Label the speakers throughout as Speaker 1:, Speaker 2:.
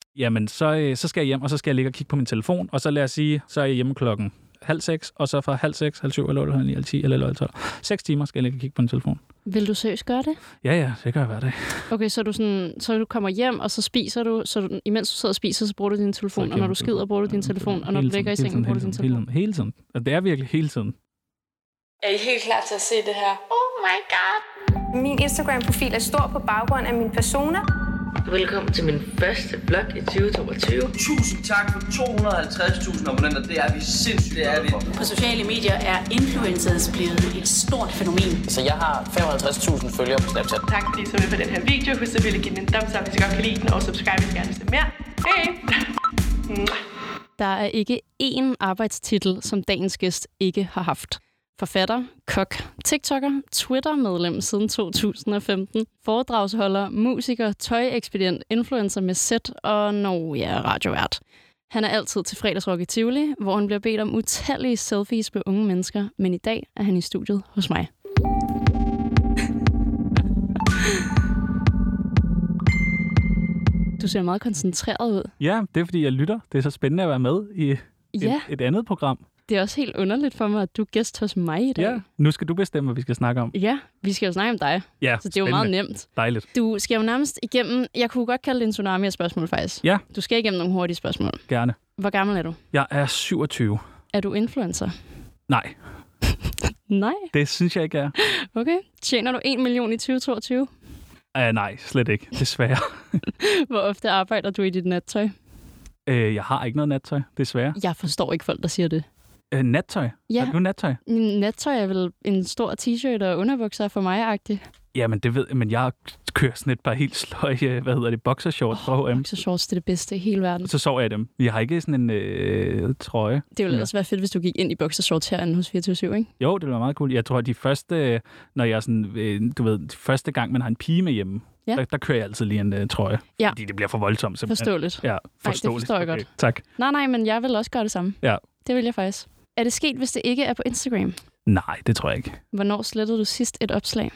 Speaker 1: Jamen, så skal jeg hjem, og så skal jeg ligge og kigge på min telefon, og så lad os sige, så er jeg hjemme 5:30, og så fra 6:30, 7:30, eller 8:30, 10 eller 12. 6 timer skal jeg ligge og kigge på min telefon.
Speaker 2: Vil du seriøst gøre det?
Speaker 1: Ja, det gør jeg hver dag.
Speaker 2: Okay, så du kommer hjem, og så spiser du, imens du sidder og spiser, så bruger du din telefon, og når du skider, bruger du din telefon, og når du ligger i sengen, bruger du din telefon.
Speaker 1: Hele tiden. Og det er virkelig hele tiden.
Speaker 3: Er I helt klar til at se det her? Oh my god! Min Instagram-profil er stor på baggrund af min persona.
Speaker 4: Velkommen til min første vlog i 2022.
Speaker 5: Tusind tak for 250.000 abonnenter. Det er vi sindssygt, det er vi.
Speaker 6: På sociale medier er influencers blevet et stort fænomen.
Speaker 7: Så jeg har 55.000 følgere på Snapchat.
Speaker 8: Tak fordi I så med på den her video. Husk at give den en thumbs up, hvis I godt kan lide den, og subscribe, hvis I gerne vil se mere. Hej!
Speaker 2: Der er ikke én arbejdstitel, som dagens gæst ikke har haft. Forfatter, kok, TikToker, Twitter-medlem siden 2015, foredragsholder, musiker, tøjekspedient, influencer med set og radiovært. Han er altid til fredagsrock i Tivoli, hvor han bliver bedt om utallige selfies med unge mennesker, men i dag er han i studiet hos mig. Du ser meget koncentreret ud.
Speaker 1: Ja, det er fordi, jeg lytter. Det er så spændende at være med i et andet program.
Speaker 2: Det er også helt underligt for mig, at du er gæst hos mig i dag.
Speaker 1: Ja, nu skal du bestemme, hvad vi skal snakke om.
Speaker 2: Ja, vi skal jo snakke om dig.
Speaker 1: Ja,
Speaker 2: så det er jo meget nemt.
Speaker 1: Dejligt.
Speaker 2: Du skal jo nærmest igennem, jeg kunne godt kalde det en tsunami af spørgsmål faktisk.
Speaker 1: Ja.
Speaker 2: Du skal igennem nogle hurtige spørgsmål.
Speaker 1: Gerne.
Speaker 2: Hvor gammel er du?
Speaker 1: Jeg er 27.
Speaker 2: Er du influencer?
Speaker 1: Nej.
Speaker 2: Nej?
Speaker 1: Det synes jeg ikke er.
Speaker 2: Okay. Tjener du 1 million i 2022?
Speaker 1: Nej, slet ikke. Desværre.
Speaker 2: Hvor ofte arbejder du i dit nattøj?
Speaker 1: Jeg har ikke noget nattøj, desværre.
Speaker 2: Jeg forstår ikke folk, der siger det.
Speaker 1: Nattøj?
Speaker 2: Ja.
Speaker 1: Har du nattøj?
Speaker 2: Nattøj er vel en stor t-shirt og underbukser for mig-agtig.
Speaker 1: Jamen, det ved jeg, men jeg kører sådan et par helt sløje, boxershorts fra H&M.
Speaker 2: Boxershorts, det er det bedste i hele verden.
Speaker 1: Så sover jeg dem. Jeg har ikke sådan en trøje.
Speaker 2: Det ville også være fedt, hvis du gik ind i boxershorts herinde hos 24/7, ikke?
Speaker 1: Jo, det ville være meget cool. Jeg tror, at de første, når jeg sådan, første gang, man har en pige med hjemme, der kører jeg altid lige en trøje. Ja. Fordi det bliver for voldsomt. Simpelthen.
Speaker 2: Forståeligt.
Speaker 1: Ja, forståeligt.
Speaker 2: Ej, det forstår jeg godt.
Speaker 1: Tak.
Speaker 2: Nej, men jeg vil også gøre det samme.
Speaker 1: Ja.
Speaker 2: Det vil jeg faktisk. Er det sket, hvis det ikke er på Instagram?
Speaker 1: Nej, det tror jeg ikke.
Speaker 2: Hvornår slettede du sidst et opslag?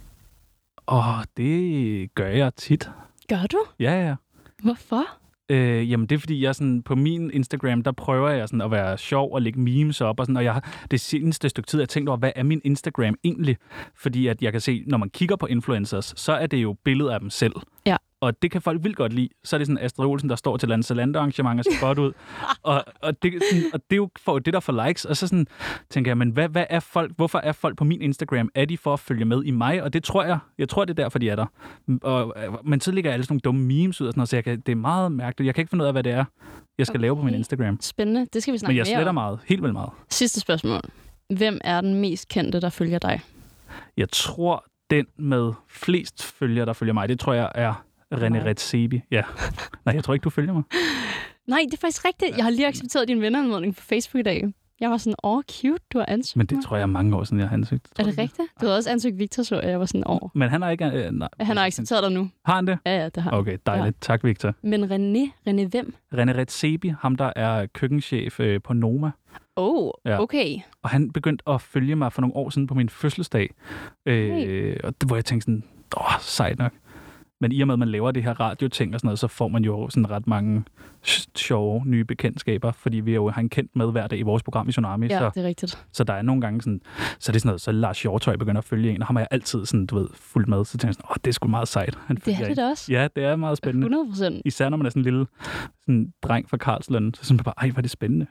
Speaker 1: Det gør jeg tit.
Speaker 2: Gør du?
Speaker 1: Ja.
Speaker 2: Hvorfor?
Speaker 1: Jamen, det er fordi, jeg sådan, på min Instagram, der prøver jeg sådan at være sjov og lægge memes op. Og, sådan, og jeg har det seneste stykke tid, jeg tænkt over, hvad er min Instagram egentlig? Fordi at jeg kan se, når man kigger på influencers, så er det jo billeder af dem selv.
Speaker 2: Ja.
Speaker 1: Og det kan folk vildt godt lide. Så er det sådan Astrid Olsen, der står til et eller andet Zalando-arrangement og ser godt ud. og det er jo for det, der får likes. Og så sådan, tænker jeg, men hvad er folk? Hvorfor er folk på min Instagram? Er de for at følge med i mig? Og det tror jeg tror, det er derfor, de er der. Men så ligger alle sådan nogle dumme memes ud og sådan noget, så det er meget mærkeligt. Jeg kan ikke finde ud af, hvad det er, jeg skal lave på min Instagram.
Speaker 2: Spændende. Det skal vi snakke
Speaker 1: mere om. Men jeg sletter
Speaker 2: meget.
Speaker 1: meget. Helt vildt meget.
Speaker 2: Sidste spørgsmål. Hvem er den mest kendte, der følger dig?
Speaker 1: Jeg tror, den med flest følgere, der følger mig, det tror jeg er René Redzepi. Ja. Nej, jeg tror ikke, du følger mig.
Speaker 2: Nej, det er faktisk rigtigt. Jeg har lige accepteret din venneanmodning på Facebook i dag. Jeg var sådan, cute, du har ansøgt.
Speaker 1: Men det tror jeg er mange år siden, jeg har ansøgt.
Speaker 2: Er det rigtigt? Du havde også ansøgt Victor, så jeg var sådan,
Speaker 1: Men han har ikke... nej.
Speaker 2: Han har accepteret dig nu.
Speaker 1: Har han det?
Speaker 2: Ja, det har han.
Speaker 1: Okay, dejligt. Ja. Tak, Victor.
Speaker 2: Men René hvem?
Speaker 1: René Redzepi, ham der er køkkenchef på Noma.
Speaker 2: Okay.
Speaker 1: Og han begyndte at følge mig for nogle år siden på min fødselsdag. Og det, hvor jeg tænkte sådan, sejt nok. Men i og med, at man laver det her radioting og sådan noget, så får man jo sådan ret mange sjove nye bekendtskaber, fordi vi jo har en kendt med hver dag i vores program i Tsunami.
Speaker 2: Ja, det er rigtigt.
Speaker 1: Så der er nogle gange sådan, så er det sådan noget, så Lars Hjortøj begynder at følge en, og ham har jeg altid sådan, fulgt med. Så tænker jeg sådan, det er sgu meget sejt.
Speaker 2: Det er det også.
Speaker 1: Ja, det er meget spændende.
Speaker 2: 100%.
Speaker 1: Især når man er sådan en lille sådan dreng fra Karlslund, så synes man bare, hvor er det spændende.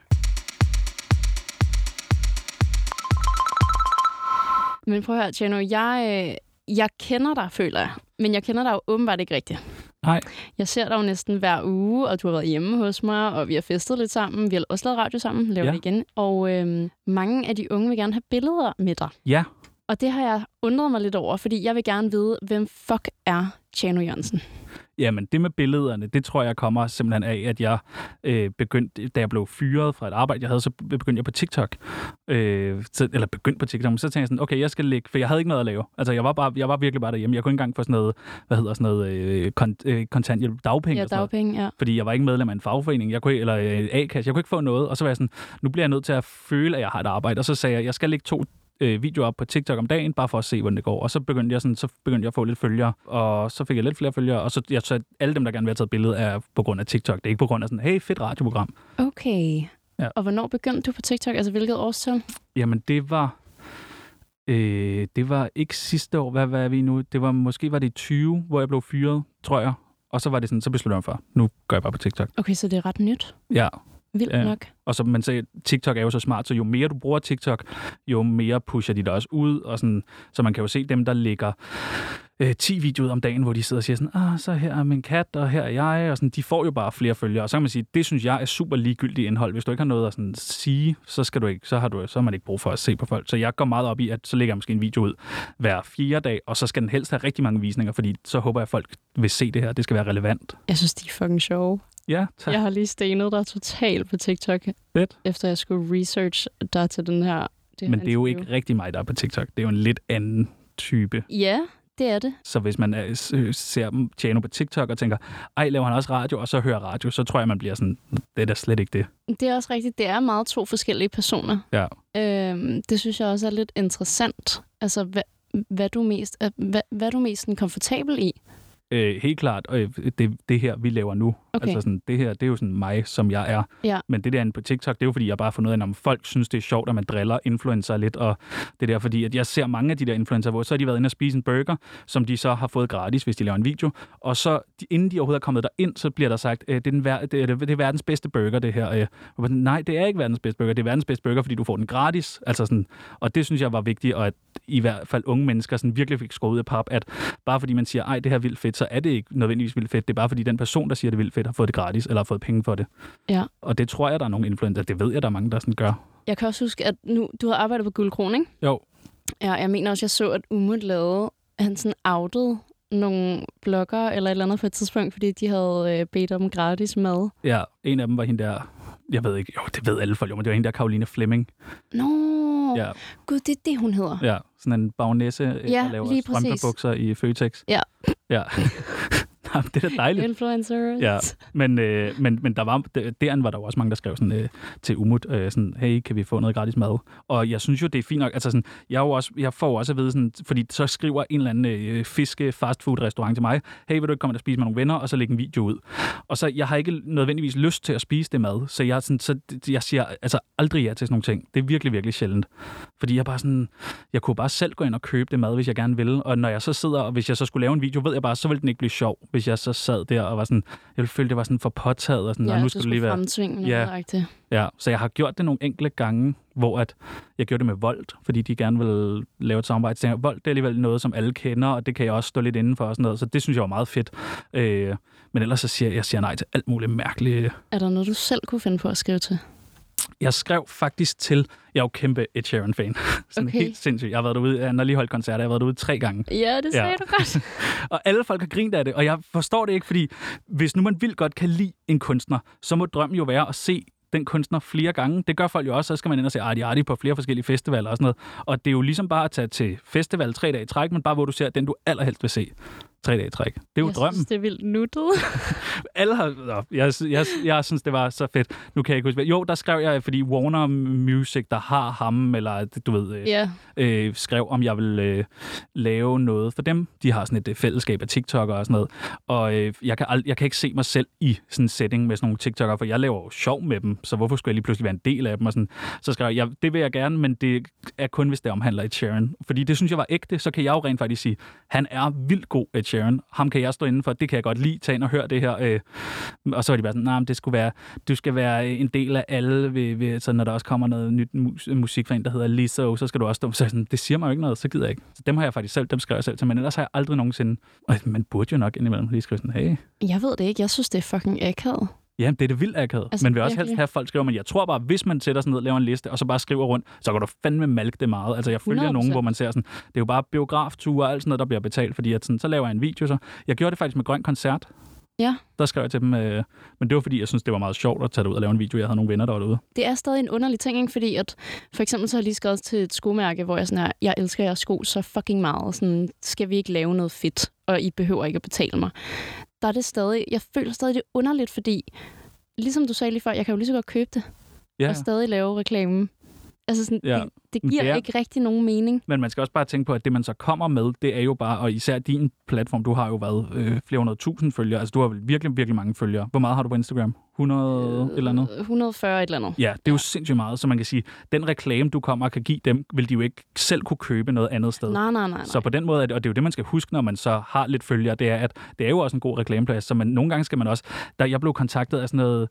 Speaker 2: Men prøv at høre, Tjano, jeg kender dig, føler jeg. Men jeg kender dig jo åbenbart ikke rigtigt.
Speaker 1: Nej.
Speaker 2: Jeg ser dig jo næsten hver uge, og du har været hjemme hos mig, og vi har festet lidt sammen. Vi har også lavet radio sammen, laver det igen. Og mange af de unge vil gerne have billeder med dig.
Speaker 1: Ja.
Speaker 2: Og det har jeg undret mig lidt over, fordi jeg vil gerne vide, hvem fuck er Tjano Jørgensen?
Speaker 1: Jamen, det med billederne, det tror jeg kommer simpelthen af, at jeg begyndte, da jeg blev fyret fra et arbejde, jeg havde, så begyndte jeg på TikTok. Eller begyndte på TikTok, men så tænkte jeg sådan, okay, jeg skal lægge, for jeg havde ikke noget at lave. Altså, jeg var virkelig bare derhjemme. Jeg kunne ikke engang få sådan noget, kontanthjælp, dagpenge.
Speaker 2: Ja, dagpenge, ja.
Speaker 1: Fordi jeg var ikke medlem af en fagforening, eller A-kasse. Jeg kunne ikke få noget, og så var jeg sådan, nu bliver jeg nødt til at føle, at jeg har et arbejde. Og så sagde jeg skal lægge videoer op på TikTok om dagen, bare for at se, hvordan det går. Og så begyndte jeg at få lidt følgere, og så fik jeg lidt flere følgere, og så alle dem, der gerne vil have taget billede, er på grund af TikTok. Det er ikke på grund af sådan, hey, fedt radioprogram.
Speaker 2: Okay.
Speaker 1: Ja.
Speaker 2: Og hvornår begyndte du på TikTok? Altså, hvilket årstal?
Speaker 1: Jamen, det var ikke sidste år. Hvad er vi nu? Måske var det i 20, hvor jeg blev fyret, tror jeg. Og så var det sådan, så besluttede jeg mig for, nu går jeg bare på TikTok.
Speaker 2: Okay, så det er ret nyt.
Speaker 1: Ja.
Speaker 2: Vildt nok.
Speaker 1: Og så man siger, TikTok er jo så smart, så jo mere du bruger TikTok, jo mere pusher de dig også ud. Og sådan, så man kan jo se dem, der lægger 10 videoer om dagen, hvor de sidder og siger sådan, så her er min kat, og her er jeg, og sådan, de får jo bare flere følgere. Og så kan man sige, det synes jeg er super ligegyldigt indhold. Hvis du ikke har noget at sådan sige, så har man ikke brug for at se på folk. Så jeg går meget op i, at så lægger jeg måske en video ud hver 4. dag, og så skal den helst have rigtig mange visninger, fordi så håber jeg, at folk vil se det her. Det skal være relevant.
Speaker 2: Jeg synes, de er fucking sjove.
Speaker 1: Ja, tak.
Speaker 2: Jeg har lige stenet dig totalt på TikTok, efter jeg skulle research dig til den her.
Speaker 1: Men det er jo ikke rigtig mig, der er på TikTok. Det er jo en lidt anden type.
Speaker 2: Ja, det er det.
Speaker 1: Så hvis man ser Tjano på TikTok og tænker, laver han også radio, og så hører radio, så tror jeg, man bliver sådan, det er da slet ikke det.
Speaker 2: Det er også rigtigt. Det er meget 2 forskellige personer.
Speaker 1: Ja. Det
Speaker 2: synes jeg også er lidt interessant. Altså, hvad er du mest komfortabel i?
Speaker 1: Helt klart, og det her, vi laver nu.
Speaker 2: Okay.
Speaker 1: Altså sådan, det her, det er jo sådan mig, som jeg er.
Speaker 2: Ja.
Speaker 1: Men det der på TikTok, det er jo fordi, jeg bare har fundet ud af, om folk synes, det er sjovt, at man driller influencer lidt, og det der fordi, at jeg ser mange af de der influencer, hvor så har de været inde og spise en burger, som de så har fået gratis, hvis de laver en video, og så inden de overhovedet er kommet derind, så bliver der sagt, det er verdens bedste burger, det her. Nej, det er ikke verdens bedste burger, det er verdens bedste burger, fordi du får den gratis. Altså sådan, og det synes jeg var vigtigt, og at i hvert fald unge mennesker sådan virkelig fik skåret ud af pap, at bare fordi man siger, det her er vildt fedt, så er det ikke nødvendigvis vildt fedt. Det er bare fordi den person, der siger, det er vildt fedt, har fået det gratis, eller har fået penge for det. Ja. Og det tror jeg, der er nogle influencer. Det ved jeg, der er mange, der sådan gør. Jeg
Speaker 2: kan også huske, at nu, du har arbejdet på Guldkron, ikke?
Speaker 1: Jo.
Speaker 2: Ja, jeg mener også, jeg så, at Umut lavede, han sådan outede nogle blogger eller et eller andet på et tidspunkt, fordi de havde bedt om gratis mad.
Speaker 1: Ja, en af dem var hende der, jeg ved ikke, det ved alle folk jo, men det var hende der, Caroline Fleming.
Speaker 2: Ja. Gud, det er det, hun hedder.
Speaker 1: Ja, sådan en bagnæsse, der laver strømpebukser i Føtex.
Speaker 2: Ja.
Speaker 1: Det er da dejligt.
Speaker 2: Influencers.
Speaker 1: Ja, men deren var der jo også mange, der skrev sådan, til Umut, sådan, hey, kan vi få noget gratis mad? Og jeg synes jo, det er fint nok. Altså sådan, jeg får også at vide, sådan, fordi så skriver en eller anden fiske fastfood restaurant til mig, hey, vil du ikke komme og spise med nogle venner, og så lægge en video ud. Og så, jeg har ikke nødvendigvis lyst til at spise det mad, så jeg siger altså aldrig ja til sådan nogle ting. Det er virkelig, virkelig sjældent. Fordi jeg kunne bare selv gå ind og købe det mad, hvis jeg gerne ville. Og når jeg så sidder, og hvis jeg så skulle lave en video, ved jeg bare, så ville den ikke blive sjov, hvis jeg så sad der og var sådan, jeg ville føle, det var sådan for påtaget, og sådan,
Speaker 2: og nu skulle det lige være fremtvinge noget.
Speaker 1: Ja, så jeg har gjort det nogle enkelte gange, hvor at jeg gjorde det med Volt, fordi de gerne ville lave et samarbejde. Så Volt, det er alligevel noget, som alle kender, og det kan jeg også stå lidt inden for og sådan noget, så det synes jeg var meget fedt. Men ellers så siger jeg nej til alt muligt mærkeligt.
Speaker 2: Er der noget, du selv kunne finde på at skrive til?
Speaker 1: Jeg skrev faktisk til, jeg er jo kæmpe Ed Sheeran-fan. Sådan helt sindssygt. Jeg har været derude, han har lige holdt koncerter, jeg har været derude 3 gange.
Speaker 2: Ja, det sagde du godt.
Speaker 1: Og alle folk har grint af det, og jeg forstår det ikke, fordi hvis nu man vildt godt kan lide en kunstner, så må drømmen jo være at se den kunstner flere gange. Det gør folk jo også, så skal man ind og se Arti på flere forskellige festivaler og sådan noget. Og det er jo ligesom bare at tage til festival 3 dage i træk, men bare hvor du ser den, du allerhelst vil se 3 dage i træk. Det er jo drømmen.
Speaker 2: Jeg synes, det er vildt nuttet.
Speaker 1: Alle har... Jeg synes, det var så fedt. Nu kan jeg ikke huske... Jo, der skrev jeg, fordi Warner Music, der har ham, eller du ved, skrev, om jeg vil lave noget for dem. De har sådan et fællesskab af TikTok'ere og sådan noget. Og jeg kan ikke se mig selv i sådan en setting med sådan nogle TikTok'ere, for jeg laver jo sjov med dem, så hvorfor skulle jeg lige pludselig være en del af dem? Og sådan. Så skrev jeg, det vil jeg gerne, men det er kun, hvis det omhandler Ed Sheeran. Fordi det synes jeg var ægte, så kan jeg jo rent faktisk sige, han er vildt god, Ed Sheeran. Ham kan jeg stå inden for, det kan jeg godt lide, tage ind og høre det her. Og så var de bare sådan, men det skulle være, du skal være en del af alle, så når der også kommer noget nyt musik fra en, der hedder Lizzo, så skal du også stå. Så sådan, det siger mig jo ikke noget, så gider jeg ikke. Så dem har jeg faktisk selv, dem skrev jeg selv til, men ellers har jeg aldrig nogensinde, og man burde jo nok indimellem lige skrive sådan, hey.
Speaker 2: Jeg ved det ikke, jeg synes, det er fucking akavet.
Speaker 1: Ja, det er det vildt akavet. Altså, men vil også helst have, folk skriver, men jeg tror bare, hvis man sætter sig ned og laver en liste, og så bare skriver rundt, så kan du fandme malke det meget. Altså, jeg følger 100%. Nogen, hvor man ser sådan, det er jo bare biografture og alt sådan noget, der bliver betalt, fordi at sådan, så laver jeg en video. Så jeg gjorde det faktisk med Grøn Koncert.
Speaker 2: Ja.
Speaker 1: Der skrev jeg til dem, men det var fordi, jeg synes, det var meget sjovt at tage det ud og lave en video. Jeg havde nogle venner, der var derude.
Speaker 2: Det er stadig en underlig ting, ikke? Fordi at, for eksempel så har jeg lige skrevet til et skomærke, hvor jeg sådan her, jeg elsker jeres sko så fucking meget. Sådan, skal vi ikke lave noget fedt, og I behøver ikke at betale mig. Der er det stadig, jeg føler stadig det underligt, fordi ligesom du sagde lige før, jeg kan jo lige så godt købe det. Ja. Og stadig lave reklamen. Altså sådan, det giver ikke rigtig nogen mening.
Speaker 1: Men man skal også bare tænke på, at det, man så kommer med, det er jo bare, og især din platform, du har jo været flere 100.000 følgere. Altså, du har virkelig, virkelig mange følgere. Hvor meget har du på Instagram? 100 eller andet?
Speaker 2: 140 et eller andet.
Speaker 1: Ja, det er jo sindssygt meget, så man kan sige, den reklame, du kommer og kan give dem, vil de jo ikke selv kunne købe noget andet sted.
Speaker 2: Nej.
Speaker 1: Så på den måde, og det er jo det, man skal huske, når man så har lidt følgere, det er, at det er jo også en god reklameplads, så nogle gange skal man også, jeg blev kontaktet af sådan noget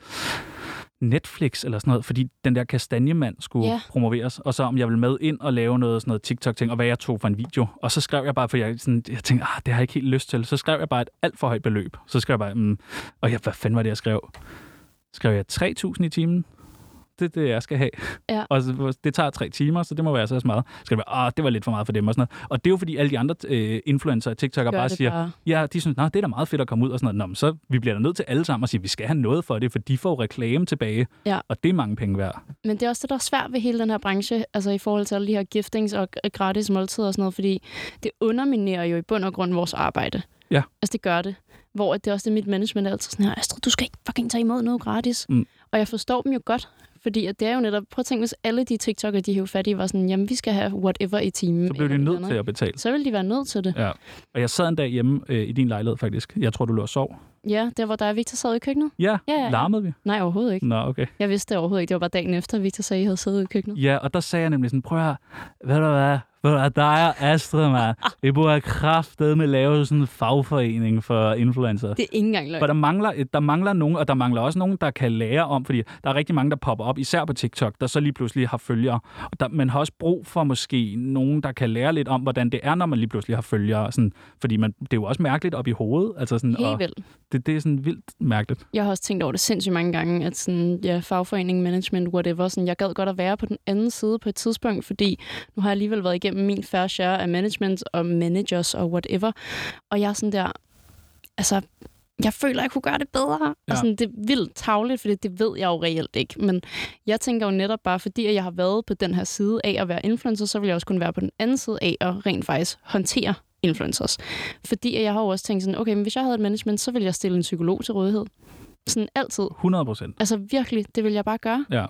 Speaker 1: Netflix eller sådan noget, fordi den der kastanjemand skulle promoveres, og så om jeg ville med ind og lave noget sådan noget TikTok-ting, og hvad jeg tog for en video. Og så skrev jeg bare, for jeg tænkte, det har jeg ikke helt lyst til. Så skrev jeg bare et alt for højt beløb. Så skrev jeg bare, hvad fanden var det, jeg skrev? Skrev jeg 3.000 i timen? Det er det, jeg skal have. Ja. Og det tager 3 timer, så det må være så meget. Så skal det være, det var lidt for meget for dem og sådan noget. Og det er jo fordi alle de andre influencer og TikTok'ere bare siger, ja, de synes, det er da meget fedt at komme ud og sådan noget. Så vi bliver da nødt til alle sammen at sige, vi skal have noget for det, for de får reklame tilbage, og det er mange penge værd. Men
Speaker 2: det er også det, der er svært ved hele den her branche, altså i forhold til alle de her giftings og gratis måltider og sådan noget, fordi det underminerer jo i bund og grund vores arbejde.
Speaker 1: Ja.
Speaker 2: Altså det gør det. Hvor det også er mit management altid sådan her, Astrid, du skal ikke fucking tage imod noget gratis. Og jeg forstår dem jo godt, fordi at det er jo netop, prøv at tænke, hvis alle de TikTok'ere, de hæver fat i, var sådan, jamen vi skal have whatever i timen.
Speaker 1: Så blev de nødt til at betale.
Speaker 2: Så ville de være nødt til det.
Speaker 1: Ja. Og jeg sad en dag hjemme i din lejlighed faktisk. Jeg tror, du lå og sov.
Speaker 2: Ja, der hvor der og Victor sad i køkkenet.
Speaker 1: Ja. Larmede vi?
Speaker 2: Nej, overhovedet ikke.
Speaker 1: Nå, okay.
Speaker 2: Jeg vidste det overhovedet ikke. Det var bare dagen efter, at Victor sagde, at I havde siddet i køkkenet.
Speaker 1: Ja, og der sagde jeg nemlig sådan, prøv at ved du hvad, dig og Astrid, man. Vi burde have kraftedeme lave sådan en fagforening for influencer.
Speaker 2: Det er ikke engang løgn.
Speaker 1: For der mangler nogen, og der mangler også nogen, der kan lære om, fordi der er rigtig mange, der popper op, især på TikTok, der så lige pludselig har følgere. Og man har også brug for måske nogen, der kan lære lidt om, hvordan det er, når man lige pludselig har følgere. Sådan, fordi det er jo også mærkeligt op i hovedet. Altså sådan,
Speaker 2: helt vildt.
Speaker 1: Det er sådan vildt mærkeligt.
Speaker 2: Jeg har også tænkt over det sindssygt mange gange, at sådan, fagforening, management, whatever, sådan, jeg gad godt at være på den anden side på et tidspunkt, fordi nu har jeg alligevel været igennem min fair share af management og managers og whatever, og jeg er sådan der, altså, jeg føler, at jeg kunne gøre det bedre. Ja. Og sådan, det er vildt tarveligt, for det ved jeg jo reelt ikke. Men jeg tænker jo netop bare, fordi at jeg har været på den her side af at være influencer, så vil jeg også kunne være på den anden side af at rent faktisk håndtere influencers. Fordi jeg har jo også tænkt sådan, okay, men hvis jeg havde et management, så ville jeg stille en psykolog til rådighed. Sådan altid.
Speaker 1: 100%.
Speaker 2: Altså virkelig, det vil jeg bare gøre.
Speaker 1: Ja.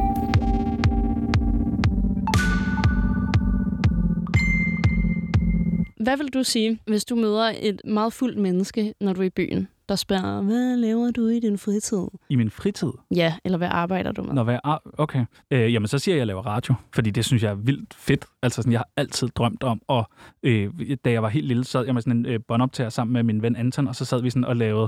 Speaker 2: Hvad vil du sige, hvis du møder et meget fuldt menneske, når du er i byen, der spørger, hvad laver du i din fritid?
Speaker 1: I min fritid?
Speaker 2: Ja, eller hvad arbejder du med?
Speaker 1: Okay. Jamen, så siger jeg, at jeg laver radio, fordi det synes jeg er vildt fedt. Altså, sådan, jeg har altid drømt om, og da jeg var helt lille, sad jeg med sådan en båndoptager sammen med min ven Anton, og så sad vi sådan og lavede,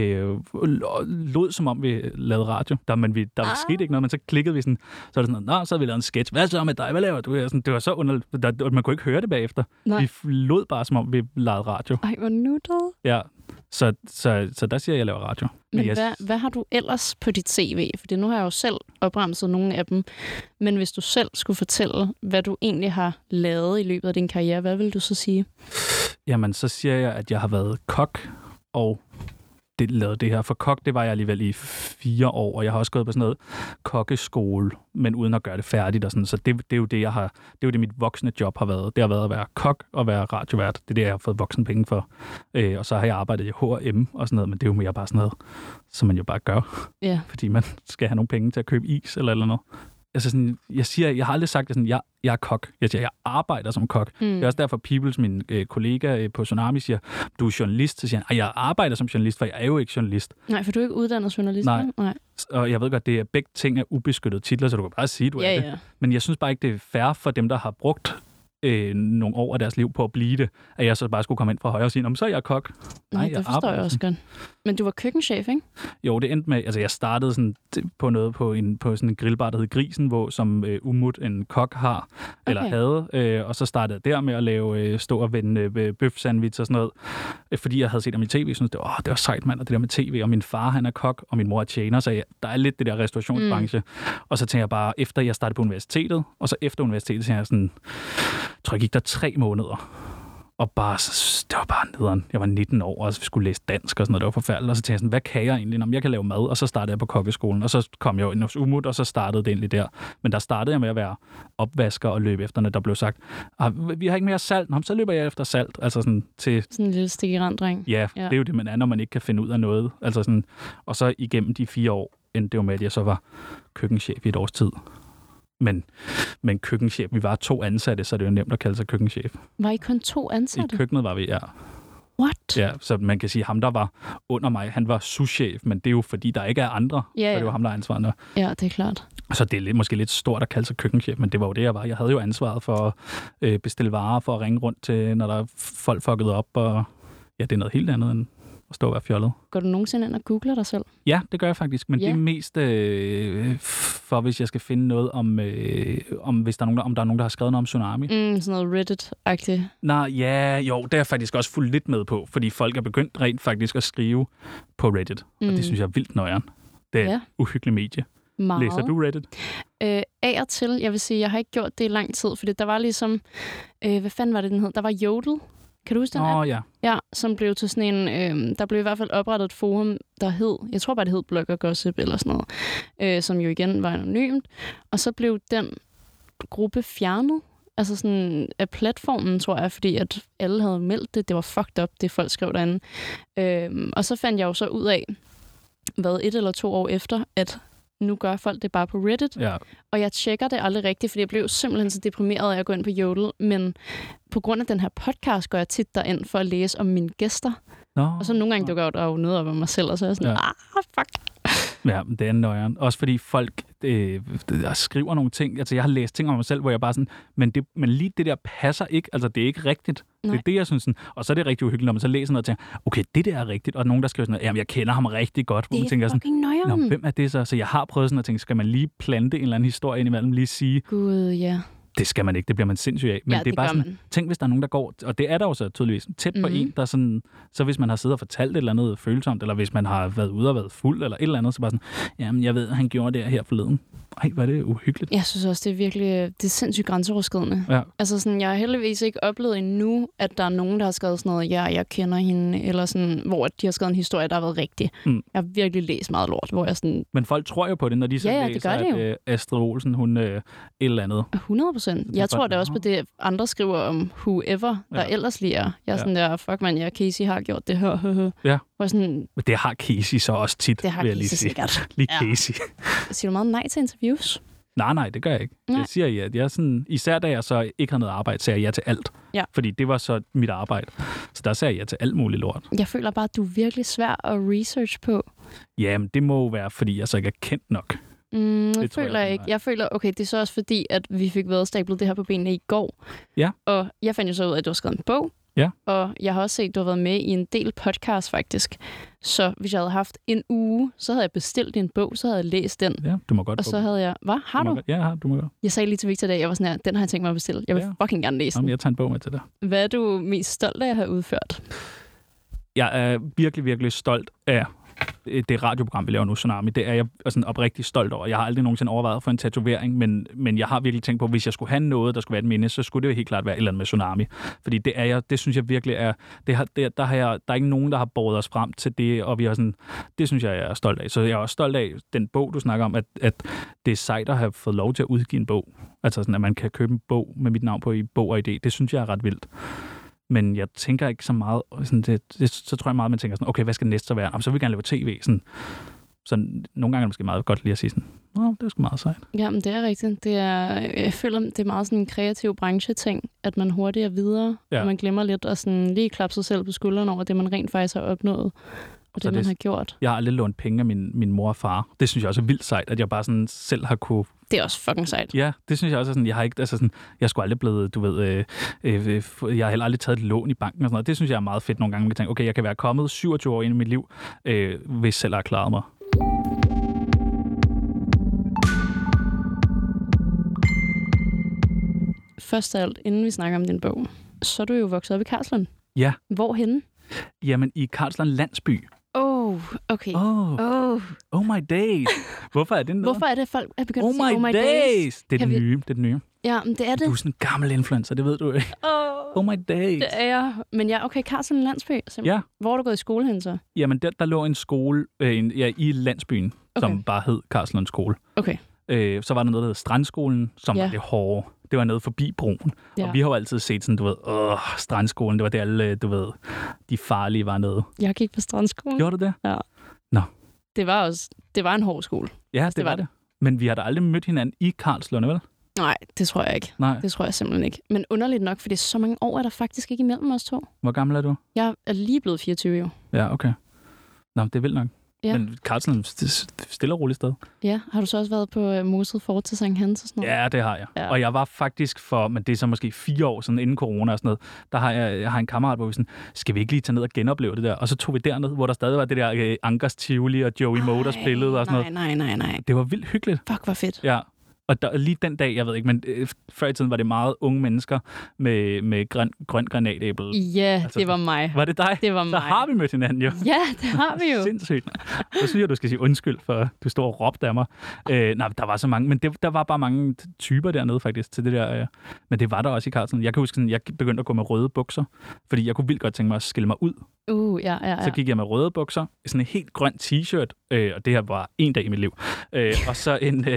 Speaker 1: lod som om vi lavede radio. Der skete ikke noget, men så klikkede vi sådan, så er det sådan, så havde vi lavet en sketch. Hvad så med dig? Hvad laver du? Sådan, det var så underligt. Man kunne ikke høre det bagefter. Nej. Vi lod bare, som om vi lavede radio.
Speaker 2: Ej, hvor nuttet.
Speaker 1: Ja. Så der siger jeg, at jeg laver radio.
Speaker 2: Men hvad har du ellers på dit CV? Fordi nu har jeg jo selv opremset nogle af dem. Men hvis du selv skulle fortælle, hvad du egentlig har lavet i løbet af din karriere, hvad vil du så sige?
Speaker 1: Jamen, så siger jeg, at jeg har været kok og lavet det her. For kok, det var jeg alligevel i 4 år, og jeg har også gået på sådan noget kokkeskole, men uden at gøre det færdigt og sådan. Så det er jo det, det er jo det, mit voksne job har været. Det har været at være kok og være radiovært. Det er det, jeg har fået voksenpenge for. Og så har jeg arbejdet i H&M og sådan noget, men det er jo mere bare sådan noget, som man jo bare gør. Ja. Fordi man skal have nogle penge til at købe is eller noget. Altså sådan, jeg har aldrig sagt, at sådan, jeg er kok. Jeg siger, jeg arbejder som kok. Det er også derfor, Peoples, min kollega på Tsunami, siger, du er journalist. Så siger han, jeg arbejder som journalist, for jeg er jo ikke journalist.
Speaker 2: Nej, for du er ikke uddannet journalist.
Speaker 1: Nej. Og jeg ved godt, det er begge ting er ubeskyttede titler, så du kan bare sige, du er det. Men jeg synes bare ikke, det er fair for dem, der har brugt nogle år af deres liv på at blive det, at jeg så bare skulle komme ind fra højre og sige, så er jeg kok.
Speaker 2: Nej, det forstår jeg også godt. Men du var køkkenchef, ikke?
Speaker 1: Jo, det endte med, altså jeg startede sådan på noget på sådan en grillbar, der hed Grisen, som Umut, en kok, har, eller havde, og så startede jeg der med at lave, stå og vende bøf-sandwich og sådan noget, fordi jeg havde set ham i tv, synes det var sejt, mand, og det der med tv, og min far, han er kok, og min mor er tjener, så der er lidt det der restaurationsbranche. Og så tænkte jeg bare, efter jeg startede på universitetet, og så efter universitetet, så jeg sådan, tror jeg gik der 3 måneder. Og det var bare nederen. Jeg var 19 år, og vi skulle læse dansk og sådan noget. Det var forfærdeligt. Og så tænkte jeg sådan, hvad kan jeg egentlig? Om jeg kan lave mad. Og så startede jeg på kokkeskolen. Og så kom jeg jo ind hos Umut, og så startede det egentlig der. Men der startede jeg med at være opvasker og løbe efter, når der blev sagt, vi har ikke mere salt. Nå, så løber jeg efter salt. Altså sådan til...
Speaker 2: Sådan en lille stikkerand-dreng.
Speaker 1: Ja, det er jo det, man er, når man ikke kan finde ud af noget. Altså sådan... Og så igennem de 4 år endte det jo med, at jeg så var køkkenchef i et års tid. Men køkkenchef, vi var 2 ansatte, så det er jo nemt at kalde sig køkkenchef.
Speaker 2: Var I kun 2 ansatte?
Speaker 1: I køkkenet var vi, ja.
Speaker 2: What?
Speaker 1: Ja, så man kan sige, ham der var under mig, han var souschef, men det er jo fordi, der ikke er andre.
Speaker 2: Ja.
Speaker 1: Så det er jo ham, der er ansvarende.
Speaker 2: Ja, det er klart.
Speaker 1: Så det er måske lidt stort at kalde sig køkkenchef, men det var jo det, jeg var. Jeg havde jo ansvaret for at bestille varer, for at ringe rundt til, når der er folk fuckede op, og ja, det er noget helt andet end at stå og være fjollet.
Speaker 2: Går du nogensinde ind og googler dig selv?
Speaker 1: Ja, det gør jeg faktisk, men det er mest for, hvis jeg skal finde noget om hvis der er nogen, der har skrevet noget om tsunami.
Speaker 2: Sådan noget Reddit-agtigt.
Speaker 1: Nej, ja, jo, det er jeg faktisk også fuldt lidt med på, fordi folk er begyndt rent faktisk at skrive på Reddit, og det synes jeg er vildt nøjeren. Det er et uhyggeligt medie.
Speaker 2: Meget.
Speaker 1: Læser du Reddit?
Speaker 2: Af og til, jeg vil sige, jeg har ikke gjort det i lang tid, fordi der var ligesom, hvad fanden var det, den hed? Der var Jodel. Kan du huske den app?
Speaker 1: Ja.
Speaker 2: Ja, som blev til sådan en, der blev i hvert fald oprettet et forum, der hed, jeg tror bare, det hed Blogger Gossip eller sådan noget, som jo igen var anonymt. Og så blev den gruppe fjernet, altså sådan af platformen, tror jeg, fordi at alle havde meldt det. Det var fucked up, det folk skrev derinde. Og så fandt jeg jo så ud af, 1 eller 2 år efter, at nu gør folk det bare på Reddit.
Speaker 1: Ja.
Speaker 2: Og jeg tjekker det aldrig rigtigt, fordi jeg blev simpelthen så deprimeret af at gå ind på Jodel. Men på grund af den her podcast går jeg tit derind for at læse om mine gæster. Og så nogle gange dukker jeg jo noget op om mig selv, og så er jeg sådan, fuck.
Speaker 1: Ja, det er nøjeren. Også fordi folk der skriver nogle ting. Altså, jeg har læst ting om mig selv, hvor jeg bare sådan, men lige det der passer ikke. Altså, det er ikke rigtigt. Nej. Det er det, jeg synes. Sådan, og så er det rigtig uhyggeligt, når man så læser noget og tænker, okay, det der er rigtigt. Og nogen, der skriver sådan noget, jamen, jeg kender ham rigtig godt.
Speaker 2: Det er
Speaker 1: tænker
Speaker 2: fucking nøjeren.
Speaker 1: Hvem er det så? Så jeg har prøvet sådan at tænke, skal man lige plante en eller anden historie indimellem, lige sige,
Speaker 2: Gud, ja.
Speaker 1: Det skal man ikke, det bliver man sindssyg af. Men
Speaker 2: ja,
Speaker 1: det er bare sådan, tænk hvis der er nogen, der går, og det er der jo så tydeligvis, tæt på en, der sådan, så hvis man har siddet og fortalt et eller andet følsomt, eller hvis man har været ude og været fuld, eller et eller andet, så bare sådan, jamen jeg ved, han gjorde det her forleden. Ej, hvor er det uhyggeligt. Jeg synes også, det er virkelig, det er sindssygt grænseoverskridende. Ja. Altså sådan, jeg har heldigvis ikke oplevet endnu, at der er nogen, der har skrevet sådan noget, jeg kender hende, eller sådan, hvor de har skrevet en historie, der har været rigtig. Jeg har virkelig læst meget lort, hvor jeg sådan... Men folk tror jo på det, når de så læser, at Astrid Olsen, hun et eller andet.
Speaker 2: 100%. Jeg tror da også på det, andre skriver om whoever, der ellers lige er. Jeg er sådan der, fuck man, Casey har gjort det her.
Speaker 1: Ja.
Speaker 2: Sådan,
Speaker 1: men det har Casey så også tit,
Speaker 2: det har
Speaker 1: vil jeg lige
Speaker 2: sige.
Speaker 1: Sikkert. Lige Casey.
Speaker 2: Siger du meget nej til interviews?
Speaker 1: Nej, det gør jeg ikke. Nej. Jeg siger ja. Jeg er sådan, især da jeg så ikke havde noget arbejde, sagde jeg ja til alt. Ja. Fordi det var så mit arbejde. Så der sagde jeg ja til alt muligt lort.
Speaker 2: Jeg føler bare, at du er virkelig svær at research på.
Speaker 1: Jamen, det må jo være, fordi jeg så ikke er kendt nok.
Speaker 2: Det føler jeg ikke. Jeg føler, okay, det er så også fordi, at vi fik været stablet det her på benene i går.
Speaker 1: Ja.
Speaker 2: Og jeg fandt jo så ud af, at du har skrevet en bog.
Speaker 1: Ja.
Speaker 2: Og jeg har også set, at du har været med i en del podcast, faktisk. Så hvis jeg havde haft en uge, så havde jeg bestilt din bog, så havde jeg læst den.
Speaker 1: Ja, du må godt.
Speaker 2: Og så havde jeg... Hvad? Har du?
Speaker 1: Ja, du må godt.
Speaker 2: Jeg sagde lige til Victor i dag, jeg var sådan her, den har jeg tænkt mig at bestille. Jeg vil fucking gerne læse den.
Speaker 1: Jeg tager en bog med til dig.
Speaker 2: Hvad er du mest stolt af at have udført?
Speaker 1: Jeg er virkelig, virkelig stolt af det radioprogram, vi laver nu, Tsunami. Det er jeg sådan oprigtig stolt over. Jeg har aldrig nogensinde overvejet at få en tatovering, men jeg har virkelig tænkt på, at hvis jeg skulle have noget, der skulle være et minde, så skulle det jo helt klart være et eller andet med Tsunami. Fordi det synes jeg virkelig er... Der er ikke nogen, der har båret os frem til det, og vi har sådan... Det synes jeg er stolt af. Så jeg er også stolt af den bog, du snakker om, at det er sejt at have fået lov til at udgive en bog. Altså sådan, at man kan købe en bog med mit navn på i Bog og Idé. Det synes jeg er ret vildt. Men jeg tænker ikke så meget, sådan så tror jeg meget, man tænker sådan, okay, hvad skal næste så være? Så vil vi gerne lave tv. Sådan nogle gange er det måske meget godt lige at sige sådan, det er sgu meget sejt.
Speaker 2: Jamen, det er rigtigt. Jeg føler, det er meget sådan en kreativ brancheting, at man hurtigt er videre, og man glemmer lidt at sådan lige klappe sig selv på skulderen over det, man rent faktisk har opnået. Og det, man har gjort.
Speaker 1: Jeg har aldrig lånt penge af min mor og far. Det synes jeg også er vildt sejt, at jeg bare sådan selv har kunne...
Speaker 2: Det er også fucking sejt.
Speaker 1: Ja, det synes jeg også er sådan, jeg har ikke, altså sådan, jeg skulle aldrig blevet, du ved, jeg har heller aldrig taget et lån i banken og sådan noget. Det synes jeg er meget fedt nogle gange, man kan tænke, okay, jeg kan være kommet 27 år ind i mit liv, hvis selv har klaret mig.
Speaker 2: Først af alt, inden vi snakker om din bog, så er du jo vokset op i Karlslund.
Speaker 1: Ja.
Speaker 2: Hvorhenne? Jamen,
Speaker 1: i Karlslund landsby.
Speaker 2: Okay.
Speaker 1: Oh my days. Hvorfor er det noget?
Speaker 2: Hvorfor er det, folk er begyndt at sige,
Speaker 1: oh my days? Det er det nye.
Speaker 2: Ja, men det er det.
Speaker 1: Du er sådan en gammel influencer, det ved du ikke. Oh my days.
Speaker 2: Det er jeg. Men ja, okay, Karlslund landsby.
Speaker 1: Ja.
Speaker 2: Hvor er du gået i skole hen så?
Speaker 1: Jamen, der lå en skole i landsbyen, som bare hed Karlslund skole.
Speaker 2: Okay.
Speaker 1: Så var der noget, der hed Strandskolen, som var det hårde. Det var noget forbi broen. Ja. Og vi har jo altid set sådan, du ved, Strandskolen, det var det alle, du ved, de farlige var nede.
Speaker 2: Jeg gik på Strandskolen.
Speaker 1: Gjorde du det?
Speaker 2: Ja.
Speaker 1: Nå.
Speaker 2: Det var en hård skole.
Speaker 1: Ja, det var det. Men vi har da aldrig mødt hinanden i Karlslund, vel?
Speaker 2: Nej, det tror jeg ikke.
Speaker 1: Nej.
Speaker 2: Det tror jeg simpelthen ikke. Men underligt nok, for det er så mange år, er der faktisk ikke imellem os to.
Speaker 1: Hvor gammel er du?
Speaker 2: Jeg er lige blevet 24 år.
Speaker 1: Ja, okay. Nå, det er vildt nok.
Speaker 2: Ja.
Speaker 1: Men Carlsen stille og roligt sted.
Speaker 2: Ja, har du så også været på Moset Fort til Sankt Hans og sådan noget?
Speaker 1: Ja, det har jeg.
Speaker 2: Ja.
Speaker 1: Og jeg var faktisk men det er så måske 4 år siden inden corona og sådan noget, der har jeg har en kammerat, hvor vi sådan, skal vi ikke lige tage ned og genopleve det der? Og så tog vi derned, hvor der stadig var det der Ankers Tivoli og Joey Motors spillede og sådan noget.
Speaker 2: Nej.
Speaker 1: Det var vildt hyggeligt.
Speaker 2: Fuck, hvor fedt.
Speaker 1: Ja. Og lige den dag, jeg ved ikke, men før i tiden var det meget unge mennesker med grøn granatæble.
Speaker 2: Ja, altså, det var mig.
Speaker 1: Var det dig?
Speaker 2: Det var mig.
Speaker 1: Så har vi mødt hinanden jo.
Speaker 2: Ja, det har vi jo.
Speaker 1: Sindssygt. Så synes jeg, du skal sige undskyld, for du står og råbte af mig. Nej, der var så mange, men der var bare mange typer dernede faktisk til det der. Men det var der også i Carlsen. Jeg kan huske, at jeg begyndte at gå med røde bukser, fordi jeg kunne vildt godt tænke mig at skille mig ud.
Speaker 2: Ja.
Speaker 1: Så gik jeg med røde bukser, sådan en helt grøn t-shirt, og det her var en dag i mit liv. Og så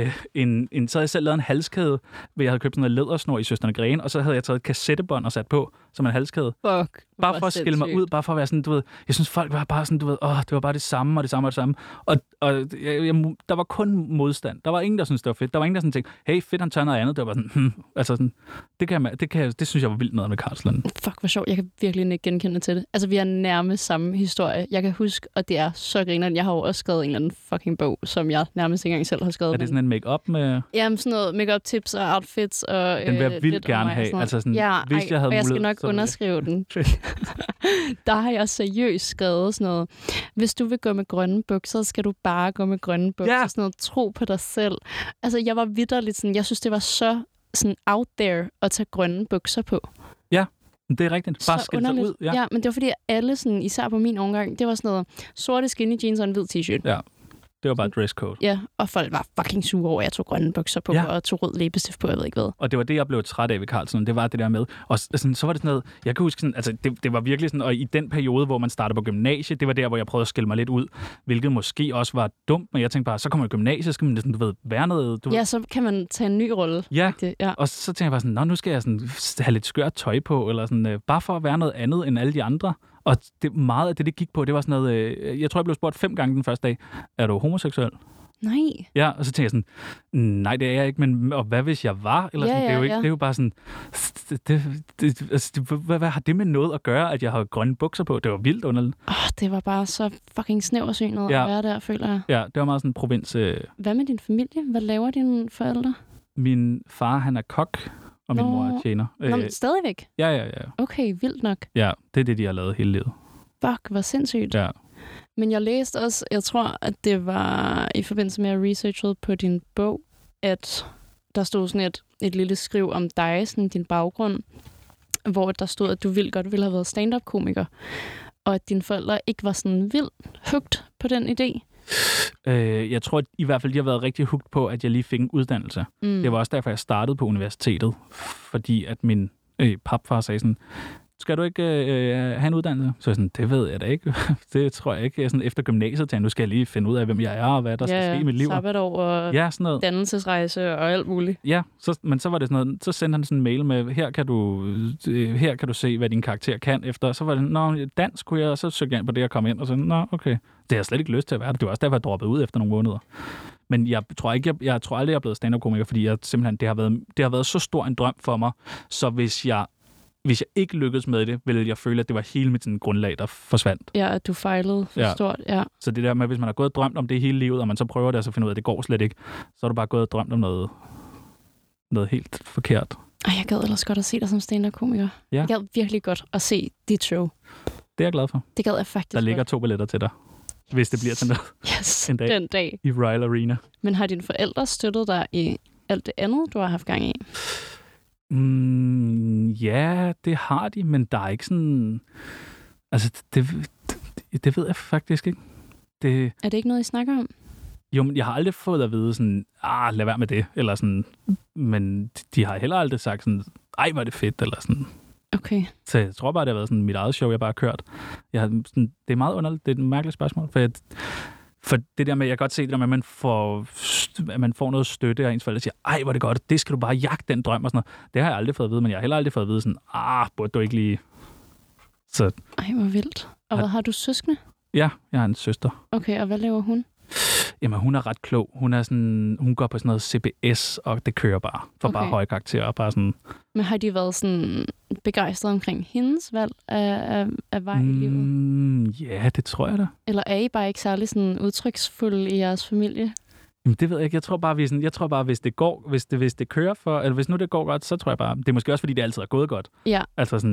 Speaker 1: så havde jeg selv lavet en halskæde, hvor jeg havde købt sådan noget lædersnor i Søstrene Grene, og så havde jeg taget et kassettebånd og sat på som en halskæde.
Speaker 2: Fuck.
Speaker 1: Bare for at skille mig ud, bare for at være sådan, du ved, jeg synes folk var bare sådan, du ved, det var bare det samme og det samme og det samme. Og der var kun modstand. Der var ingen, der syntes, det var fedt. Der var ingen, der sådan tænkte, hey, fedt, han tør noget andet. Det var sådan, altså sådan, det synes jeg var vildt noget med Carlsen.
Speaker 2: Fuck, hvor sjovt. Jeg kan virkelig ikke genkende til det. Altså, vi har nærmest samme historie. Jeg kan huske, og det er så grinerende. Jeg har jo også skrevet en eller anden fucking bog, som jeg nærmest ikke engang selv har skrevet.
Speaker 1: Er det sådan en make-up med...
Speaker 2: Jamen, sådan noget make-up tips og outfits. Og,
Speaker 1: den vil jeg vildt gerne have. Altså sådan,
Speaker 2: ja,
Speaker 1: hvis jeg havde
Speaker 2: og jeg skal
Speaker 1: mulighed,
Speaker 2: nok underskrive den. Der har jeg seriøst skrevet sådan noget. Hvis du vil gå med grønne bukser, skal du bare gå med grønne bukser.
Speaker 1: Ja.
Speaker 2: Sådan noget, tro på dig selv. Altså, jeg var vitterligt sådan, jeg synes, det var så sådan out there at tage grønne bukser på.
Speaker 1: Ja, det er rigtigt. Bare skille sig ud.
Speaker 2: Ja, men det var fordi, alle, sådan, især på min årgang, det var sådan noget sorte skinny jeans og en hvid t-shirt.
Speaker 1: Ja. Det var bare dresscode.
Speaker 2: Ja, og folk var fucking sure over, at jeg tog grønne bukser på og tog rød læbestift på, jeg ved ikke hvad.
Speaker 1: Og det var det, jeg blev træt af ved Carlsen. Det var det der med. Og sådan, så var det sådan noget, jeg kan huske sådan, altså det var virkelig sådan, og i den periode, hvor man startede på gymnasiet, det var der, hvor jeg prøvede at skille mig lidt ud, hvilket måske også var dumt, men jeg tænkte bare, så kommer jeg i gymnasiet, skal man sådan, du ved, være noget.
Speaker 2: Ja, så kan man tage en ny rolle.
Speaker 1: Ja, og så tænkte jeg bare sådan, nu skal jeg sådan have lidt skørt tøj på, eller sådan, bare for at være noget andet end alle de andre. Og meget af det gik på, det var sådan noget, jeg tror, jeg blev spurgt 5 gange den første dag, er du homoseksuel?
Speaker 2: Nej.
Speaker 1: Ja, og så tænkte jeg sådan, nej, det er jeg ikke, men og hvad hvis jeg var? Eller sådan, det er jo ikke, det er jo bare sådan, hvad har det med noget at gøre, at jeg har grønne bukser på? Det var vildt underligt.
Speaker 2: Det var bare så fucking snæversynet at være der, føler jeg.
Speaker 1: Ja, det var meget sådan en provins.
Speaker 2: Hvad med din familie? Hvad laver dine forældre?
Speaker 1: Min far, han er kok, og min mor er tjener.
Speaker 2: Nå, stadigvæk?
Speaker 1: Ja.
Speaker 2: Okay, vildt nok.
Speaker 1: Ja, det er det, de har lavet hele livet.
Speaker 2: Fuck, hvor sindssygt.
Speaker 1: Ja.
Speaker 2: Men jeg læste også, jeg tror, at det var i forbindelse med at researche på din bog, at der stod sådan et lille skriv om dig, sådan din baggrund, hvor der stod, at du godt ville have været stand-up-komiker, og at dine forældre ikke var sådan vildt hugt på den idé.
Speaker 1: Jeg tror at i hvert fald, de har været rigtig hugt på, at jeg lige fik en uddannelse. Det var også derfor, jeg startede på universitetet, fordi at min papfar sagde sådan, skal du ikke have en uddannelse? Så jeg sådan, det ved jeg da ikke. Det tror jeg ikke. Jeg sådan, efter gymnasiet til, nu skal jeg lige finde ud af, hvem jeg er, og hvad der skal ske i mit liv.
Speaker 2: Sabbatår og sådan noget. Dannelsesrejse og alt muligt.
Speaker 1: Ja, men så var det sådan noget, så sendte han sådan en mail med, her kan du se, hvad din karakter kan efter. Så var det, dansk kunne jeg, og så søgte jeg ind på det og kom ind, og så, okay. Det har jeg slet ikke lyst til at være. Det var også derfor, jeg droppede ud efter nogle måneder. Men jeg tror aldrig, jeg er blevet stand-up-komiker, fordi jeg simpelthen, det har været så stor en drøm for mig, så hvis jeg ikke lykkedes med det, ville jeg føle, at det var hele mit sådan, grundlag, der forsvandt.
Speaker 2: Ja, at du fejlede for stort, ja.
Speaker 1: Så det der med, hvis man har gået og drømt om det hele livet, og man så prøver det, og så finder ud af, at det går slet ikke, så har du bare gået og drømt om noget helt forkert.
Speaker 2: Jeg gad ellers godt at se dig som stand-up-komiker. Ja. Jeg gad virkelig godt at se dit show.
Speaker 1: Det er jeg glad for.
Speaker 2: Det gad jeg faktisk
Speaker 1: Der ligger 2 billetter til dig, hvis det bliver til noget.
Speaker 2: Yes,
Speaker 1: en dag
Speaker 2: den dag.
Speaker 1: I Royal Arena.
Speaker 2: Men har dine forældre støttet dig i alt det andet, du har haft gang i?
Speaker 1: Ja, det har de, men der er ikke sådan... Altså, det ved jeg faktisk ikke.
Speaker 2: Er det ikke noget, I snakker om?
Speaker 1: Jo, men jeg har aldrig fået at vide sådan, lad være med det, eller sådan... Men de har heller aldrig sagt sådan, ej, hvor er det fedt, eller sådan...
Speaker 2: Okay.
Speaker 1: Så jeg tror bare, det har været sådan mit eget show, jeg bare har kørt. Det er meget underligt, det er et mærkeligt spørgsmål, for det der med, jeg kan godt se det der med, at man får noget støtte, og ens forældre siger, ej, hvor er det godt, det skal du bare jagte den drøm, og sådan noget. Det har jeg aldrig fået at vide, men jeg har heller aldrig fået at vide sådan, burde du ikke lige... Så...
Speaker 2: Ej, hvor vildt. Og hvad har du søskende?
Speaker 1: Ja, jeg har en søster.
Speaker 2: Okay, og hvad laver hun?
Speaker 1: Jamen, hun er ret klog. Hun går på sådan noget CBS, og det kører bare. For bare høje karakterer. Bare sådan.
Speaker 2: Men har de været sådan begejstrede omkring hendes valg af vej i livet?
Speaker 1: Ja, det tror jeg da.
Speaker 2: Eller er I bare ikke særlig sådan udtryksfulde i jeres familie?
Speaker 1: Jamen, det ved jeg ikke. Jeg tror bare, hvis det går, hvis det kører for, eller hvis nu det går godt, så tror jeg bare, det er måske også, fordi det altid er gået godt.
Speaker 2: Ja.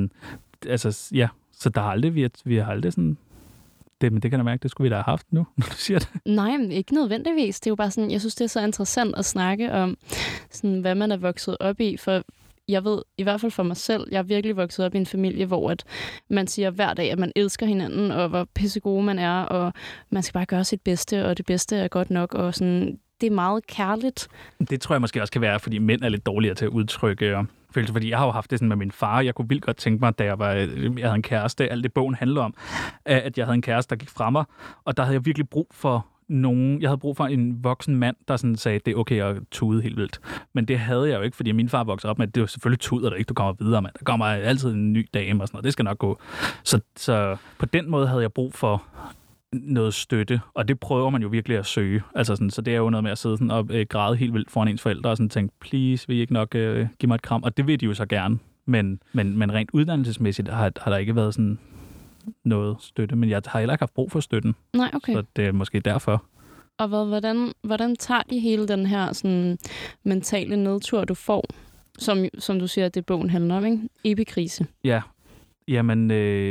Speaker 1: Så der har aldrig, vi har aldrig sådan, men det kan jeg mærke, det skulle vi da have haft nu, når du siger det.
Speaker 2: Nej, men ikke nødvendigvis. Det er jo bare sådan, jeg synes, det er så interessant at snakke om, sådan, hvad man er vokset op i, for jeg ved, i hvert fald for mig selv, jeg er virkelig vokset op i en familie, hvor at man siger hver dag, at man elsker hinanden, og hvor pissegode man er, og man skal bare gøre sit bedste, og det bedste er godt nok, og sådan, det er meget kærligt. Det
Speaker 1: tror jeg måske også kan være, fordi mænd er lidt dårligere til at udtrykke følelser, fordi jeg har jo haft det sådan med min far. Jeg kunne vildt godt tænke mig, da jeg havde en kæreste, alt det bogen handler om, at jeg havde en kæreste, der gik fra mig, og der havde jeg virkelig brug for jeg havde brug for en voksen mand, der sådan sagde, det er okay at tude helt vildt. Men det havde jeg jo ikke, fordi min far voksede op med, at det var selvfølgelig tuder, der ikke du kommer videre, mand. Der kommer altid en ny dame og sådan noget. Det skal nok gå. Så på den måde havde jeg brug for noget støtte, og det prøver man jo virkelig at søge. Altså sådan, så det er jo noget med at sidde sådan og græde helt vildt foran ens forældre og sådan tænke, please, vil I ikke nok give mig et kram? Og det vil de jo så gerne. Men rent uddannelsesmæssigt har der ikke været sådan noget støtte, men jeg har heller ikke haft brug for støtten.
Speaker 2: Nej, okay.
Speaker 1: Så det er måske derfor.
Speaker 2: Og hvordan tager de hele den her sådan, mentale nedtur, du får, som du siger, det bogen handler om, ikke? Epikrise.
Speaker 1: Ja. Jamen,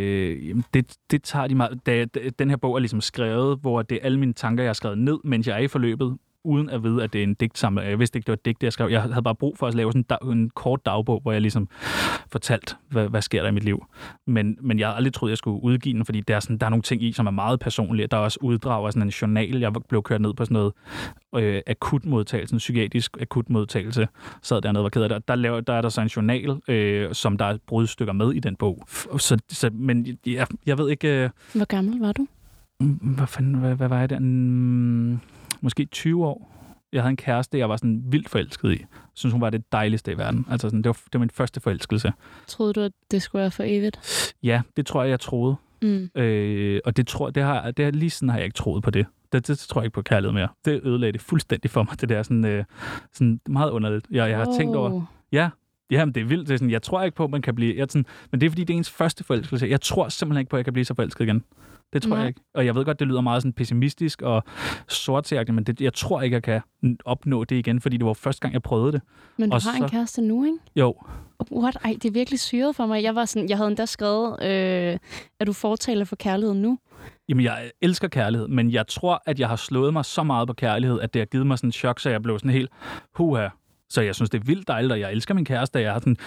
Speaker 1: det tager de meget. Den her bog er ligesom skrevet, hvor det er alle mine tanker, jeg har skrevet ned, mens jeg er i forløbet, uden at vide, at det er en digtsamling. Jeg vidste ikke, det var et digt, jeg skrev. Jeg havde bare brug for at lave sådan en kort dagbog, hvor jeg ligesom fortalte, hvad sker der i mit liv. Men jeg har aldrig troet, jeg skulle udgive den, fordi der er nogle ting i, som er meget personlige. Der er også uddrag af sådan en journal. Jeg blev kørt ned på sådan noget akutmodtagelse, en psykiatrisk akutmodtagelse. Sad dernede og var ked af det. Der er der så en journal, som der er brudstykker med i den bog. Men jeg ved ikke...
Speaker 2: Hvor gammel var du?
Speaker 1: Hvad var jeg der? Måske 20 år. Jeg havde en kæreste, jeg var sådan vildt forelsket i. Jeg synes, hun var det dejligste i verden. Altså sådan, det var min første forelskelse.
Speaker 2: Troede du, at det skulle være for evigt?
Speaker 1: Ja, det tror jeg troede. Og det har lige sådan har jeg ikke troet på det. Det tror jeg ikke på kærlighed mere. Det ødelagde det fuldstændig for mig. Det der sådan meget underligt. Jeg har tænkt over... Ja, men det er vildt. Det er sådan, jeg tror ikke på, at man kan blive... men det er, fordi det er ens første forelskelse. Jeg tror simpelthen ikke på, at jeg kan blive så forelsket igen. Det tror jeg ikke. Og jeg ved godt, det lyder meget sådan pessimistisk og sortseagtigt, men jeg tror ikke, jeg kan opnå det igen, fordi det var første gang, jeg prøvede det.
Speaker 2: Men du har en kæreste nu, ikke?
Speaker 1: Jo.
Speaker 2: What? Ej, det er virkelig syret for mig. Jeg havde endda skrevet, at du fortaler for kærlighed nu.
Speaker 1: Jamen, jeg elsker kærlighed, men jeg tror, at jeg har slået mig så meget på kærlighed, at det har givet mig sådan en chok, så jeg blev sådan helt Så jeg synes, det er vildt dejligt, og jeg elsker min kæreste, jeg er sådan,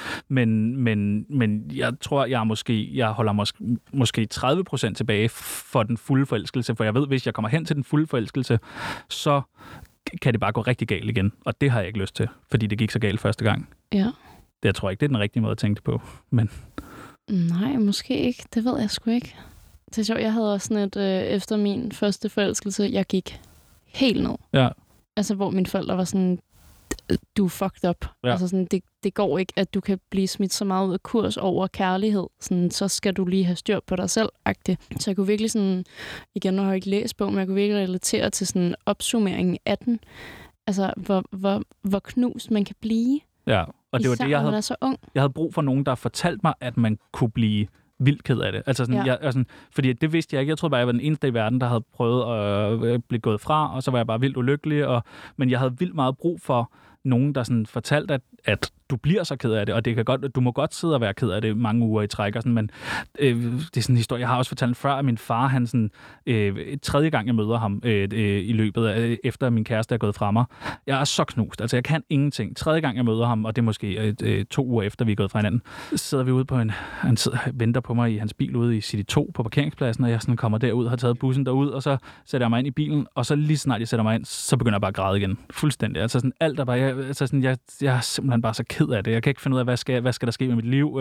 Speaker 1: men jeg tror, jeg holder måske 30% tilbage for den fulde forelskelse, for jeg ved, hvis jeg kommer hen til den fulde forelskelse, så kan det bare gå rigtig galt igen, og det har jeg ikke lyst til, fordi det gik så galt første gang.
Speaker 2: Ja.
Speaker 1: Jeg tror ikke, det er den rigtige måde at tænke på, men...
Speaker 2: Nej, måske ikke. Det ved jeg sgu ikke. Det er sjovt, jeg havde også sådan et, efter min første forelskelse, jeg gik helt ned.
Speaker 1: Ja.
Speaker 2: Altså, hvor mine forældre var sådan, du er fucked up. Ja. Altså sådan, det går ikke, at du kan blive smidt så meget ud af kurs over kærlighed. Sådan, så skal du lige have styr på dig selv-agtigt. Så jeg kunne virkelig sådan, igen, nu har jeg ikke læst bogen, men jeg kunne virkelig relatere til sådan opsummeringen af den. Altså, hvor knust man kan blive.
Speaker 1: Ja, og det var det, jeg havde.
Speaker 2: Er så ung.
Speaker 1: Jeg havde brug for nogen, der fortalte mig, at man kunne blive vildt ked af det. Altså sådan, fordi det vidste jeg ikke. Jeg troede bare, jeg var den eneste i verden, der havde prøvet at blive gået fra, og så var jeg bare vildt ulykkelig. Men jeg havde vildt meget brug for nogen, der sådan fortalte, at du bliver så ked af det, og det kan godt, du må godt sidde og være ked af det mange uger i træk. Og sådan, men det er sådan en historie, jeg har også fortalt før, at min far, han sådan, tredje gang, jeg møder ham i løbet af, efter min kæreste er gået fra mig. Jeg er så knust, altså jeg kan ingenting. Tredje gang, jeg møder ham, og det er måske 2 uger efter, vi er gået fra hinanden, sidder vi ude på han venter på mig i hans bil ude i City 2 på parkeringspladsen, og jeg sådan kommer derud og har taget bussen derud, og så sætter jeg mig ind i bilen, og så lige snart jeg sætter mig ind, så begynder jeg bare at græde igen. Fuldstændig. Altså sådan alt er bare, jeg er simpelthen bare så ked af det. Jeg kan ikke finde ud af, hvad skal der ske med mit liv.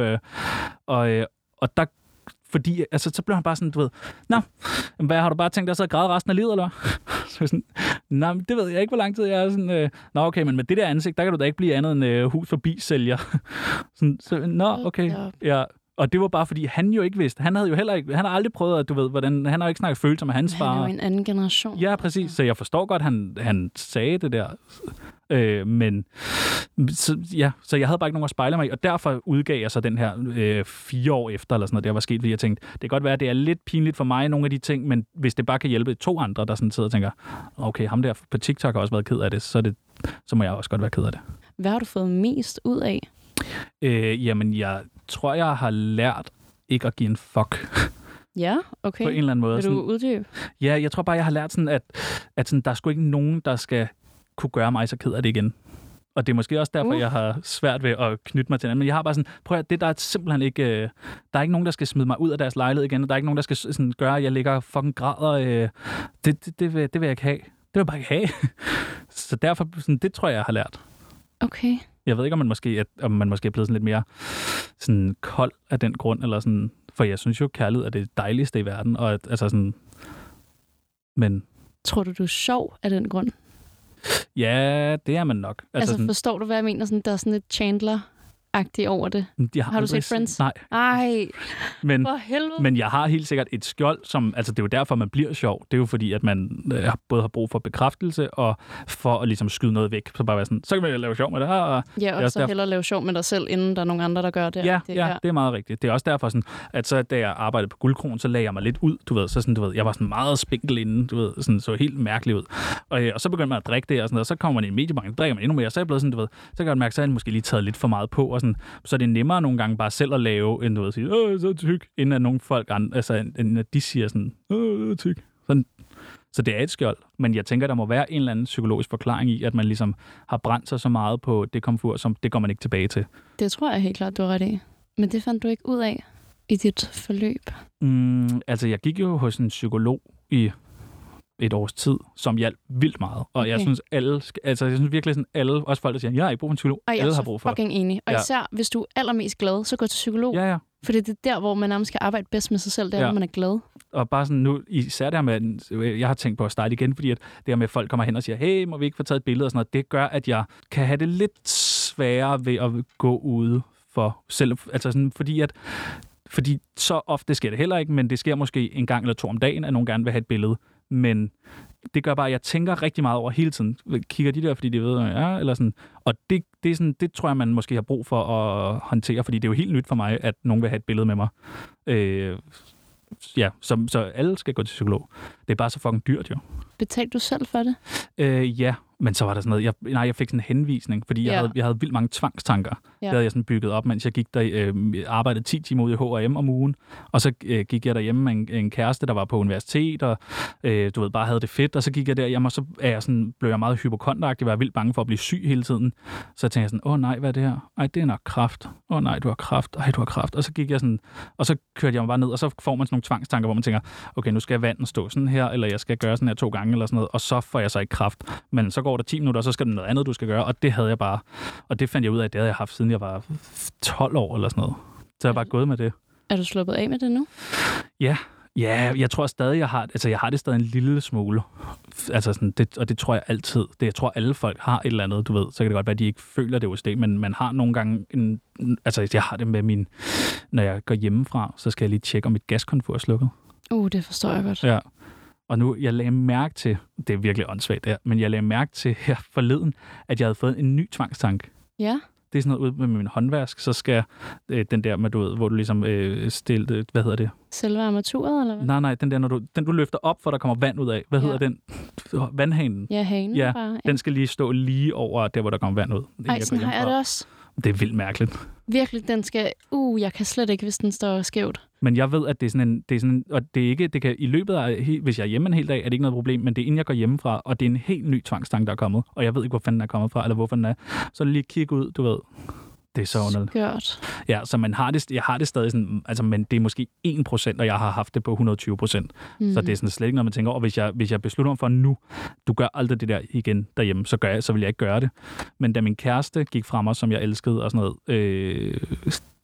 Speaker 1: Og der, fordi, altså, så blev han bare sådan, du ved, hvad har du bare tænkt dig at sidde og græde resten af livet, eller? Så sådan, det ved jeg ikke, hvor lang tid jeg er sådan, okay, men med det der ansigt, der kan du da ikke blive andet end hus forbi sælger. Okay, ja. Og det var bare, fordi han jo ikke vidste. Han havde jo heller ikke, han har aldrig prøvet, at du ved, hvordan, han har jo ikke snakket følelser med hans far.
Speaker 2: Han er jo en anden generation.
Speaker 1: Ja, præcis. Så jeg forstår godt, han sagde det der. Men så jeg havde bare ikke nogen at spejle mig i, og derfor udgav jeg så den her 4 år efter, eller sådan noget, der var sket, fordi jeg tænkte, det kan godt være, at det er lidt pinligt for mig, nogle af de ting, men hvis det bare kan hjælpe 2 andre, der sådan sidder og tænker, okay, ham der på TikTok har også været ked af det, så må jeg også godt være ked af det.
Speaker 2: Hvad har du fået mest ud af?
Speaker 1: Jamen, jeg tror, jeg har lært ikke at give en fuck.
Speaker 2: Ja, okay.
Speaker 1: På en eller anden måde.
Speaker 2: Vil du uddybe?
Speaker 1: Ja, jeg tror bare, jeg har lært sådan, at sådan, der er sgu ikke nogen, der skal kunne gøre mig så ked af det igen. Og det er måske også derfor, jeg har svært ved at knytte mig til den. Men jeg har bare sådan, prøv at det der er simpelthen ikke... der er ikke nogen, der skal smide mig ud af deres lejlighed igen. Og der er ikke nogen, der skal sådan gøre, at jeg ligger og fucking græder. Det vil jeg ikke have. Det vil jeg bare ikke have. Så derfor, sådan, det tror jeg har lært.
Speaker 2: Okay.
Speaker 1: Jeg ved ikke, om man måske er blevet sådan lidt mere sådan kold af den grund, eller sådan... For jeg synes jo, kærlighed er det dejligste i verden. Og altså sådan... Men... Tror
Speaker 2: du er sjov af den grund?
Speaker 1: Ja, det er man nok.
Speaker 2: Altså sådan, forstår du, hvad jeg mener? Sådan, der er sådan et Chandler-agtigt over det. Har du set Friends?
Speaker 1: Nej.
Speaker 2: Ej, for helvede.
Speaker 1: Men jeg har helt sikkert et skjold, som... Altså, det er jo derfor, man bliver sjov. Det er jo fordi, at man både har brug for bekræftelse, og for at ligesom skyde noget væk. Så bare være sådan, så kan man lave sjov med det her. Og
Speaker 2: ja, og så hellere lave sjov med dig selv, inden der er nogen andre, der gør det.
Speaker 1: Ja, det er meget rigtigt. Det er også derfor, sådan, at så da jeg arbejdede på Guldkron, så lagde jeg mig lidt ud, du ved. Så sådan, du ved, jeg var sådan meget spinkel inden, du ved, sådan, så helt mærkelig ud. Og så begyndte man at drikke det, og sådan noget, og så kommer man i en mediebranche, drikker man endnu mere, så er jeg blevet sådan, du ved, så kan jeg mærke, så er jeg måske lige taget lidt for meget på, og sådan, så er det nemmere nogle gange bare selv at lave, end du ved, at sige, så tyk, inden at nogle folk, altså, end at de siger sådan, tyk. Sådan. Så det er et skjold, men jeg tænker, der må være en eller anden psykologisk forklaring i, at man ligesom har brændt sig så meget på det komfort, som det går man ikke tilbage til.
Speaker 2: Det tror jeg helt klart, du har ret i. Men det fandt du ikke ud af i dit forløb?
Speaker 1: Altså, jeg gik jo hos en psykolog i et års tid, som hjalp vildt meget. Og jeg synes jeg synes virkelig sådan alle, også folk, der siger, jeg har ikke brug for en psykolog, alle har brug for det.
Speaker 2: Jeg er fucking enig. Og især, hvis du er allermest glad, så gå til psykolog.
Speaker 1: Ja.
Speaker 2: Fordi det er der, hvor man nærmest skal arbejde bedst med sig selv, der hvor man er glad.
Speaker 1: Og bare sådan nu, især der med, jeg har tænkt på at starte igen, fordi at det her med, at folk kommer hen og siger, hey, må vi ikke få taget et billede og sådan noget, det gør, at jeg kan have det lidt sværere ved at gå ude for selv. Altså sådan, fordi så ofte sker det heller ikke, men det sker måske en gang eller 2 om dagen, at nogen gerne vil have et billede. Men det gør bare, at jeg tænker rigtig meget over hele tiden. Kigger de der, fordi de ved, eller sådan. Og det er sådan, det tror jeg, man måske har brug for at håndtere, fordi det er jo helt nyt for mig, at nogen vil have et billede med mig. Så alle skal gå til psykolog. Det er bare så fucking dyrt, jo. Betalte
Speaker 2: du selv for det?
Speaker 1: Ja, men så var der sådan noget. Jeg fik sådan en henvisning, fordi jeg havde vildt mange tvangstanker. Det havde jeg sådan bygget op, mens jeg gik der, arbejdede 10 timer ude i H&M om ugen. Og så gik jeg derhjemme med en kæreste, der var på universitet, og du ved, bare havde det fedt. Og så gik jeg derhjemme, og så blev jeg meget hypokonteragtig. Jeg var vildt bange for at blive syg hele tiden. Så tænkte jeg sådan, nej, hvad er det her? Ej, det er nok kræft. Nej, du har kræft. Ej, du har kræft. Og så gik jeg sådan, og så kørte jeg mig bare ned, og så får man sådan nogle tvangstanker, hvor man tænker, okay, nu skal vandet stå sådan her, eller jeg skal gøre sådan her 2 gange, eller sådan noget, og så får jeg så ikke kræft. Men så går der 10 minutter, og så skal der noget andet, du skal gøre, og det havde jeg bare. Og det fandt jeg ud af, det havde jeg haft, siden jeg var 12 år, eller sådan noget. Så jeg bare gået med det.
Speaker 2: Er du sluppet af med det nu?
Speaker 1: Ja, jeg tror stadig, jeg har det stadig en lille smule. Altså sådan, og det tror jeg altid. Jeg tror, alle folk har et eller andet, du ved. Så kan det godt være, at de ikke føler det hos det, men man har nogle gange jeg har det med når jeg går hjemmefra, så skal jeg lige tjekke, om mit gaskomfur er slukket.
Speaker 2: Det forstår jeg godt.
Speaker 1: Ja. Og nu, jeg lagde mærke til, det er virkelig åndssvagt der, men jeg lagde mærke til her forleden, at jeg havde fået en ny tvangstank.
Speaker 2: Ja.
Speaker 1: Det er sådan noget ude med min håndvask, så skal den der med, du ved, hvor du ligesom stille, hvad hedder det?
Speaker 2: Selve armaturet, eller hvad?
Speaker 1: Nej, den der, den du løfter op, for der kommer vand ud af. Hvad hedder den? Vandhanen.
Speaker 2: Ja, hanen bare. Ja.
Speaker 1: Den skal lige stå lige over der, hvor der kommer vand ud.
Speaker 2: Ej, sådan har jeg det også.
Speaker 1: Det er vildt mærkeligt.
Speaker 2: Virkelig, den skal... jeg kan slet ikke, hvis den står skævt.
Speaker 1: Men jeg ved, at det er sådan og det er ikke, det kan i løbet af, hvis jeg er hjemme en hel dag, er det ikke noget problem, men det er inden jeg går hjemmefra, og det er en helt ny tvangstanke, der er kommet, og jeg ved ikke, hvor fanden den er kommet fra, eller hvorfor den er. Så lige kigge ud, du ved. Det er så underligt.
Speaker 2: Skørt.
Speaker 1: Ja, så jeg har det stadig sådan, altså, men det er måske 1%, og jeg har haft det på 120%. Så det er sådan slet ikke noget, man tænker, og hvis jeg beslutter mig for nu, du gør aldrig det der igen derhjemme, så vil jeg ikke gøre det. Men da min kæreste gik fra mig, som jeg elskede og sådan noget,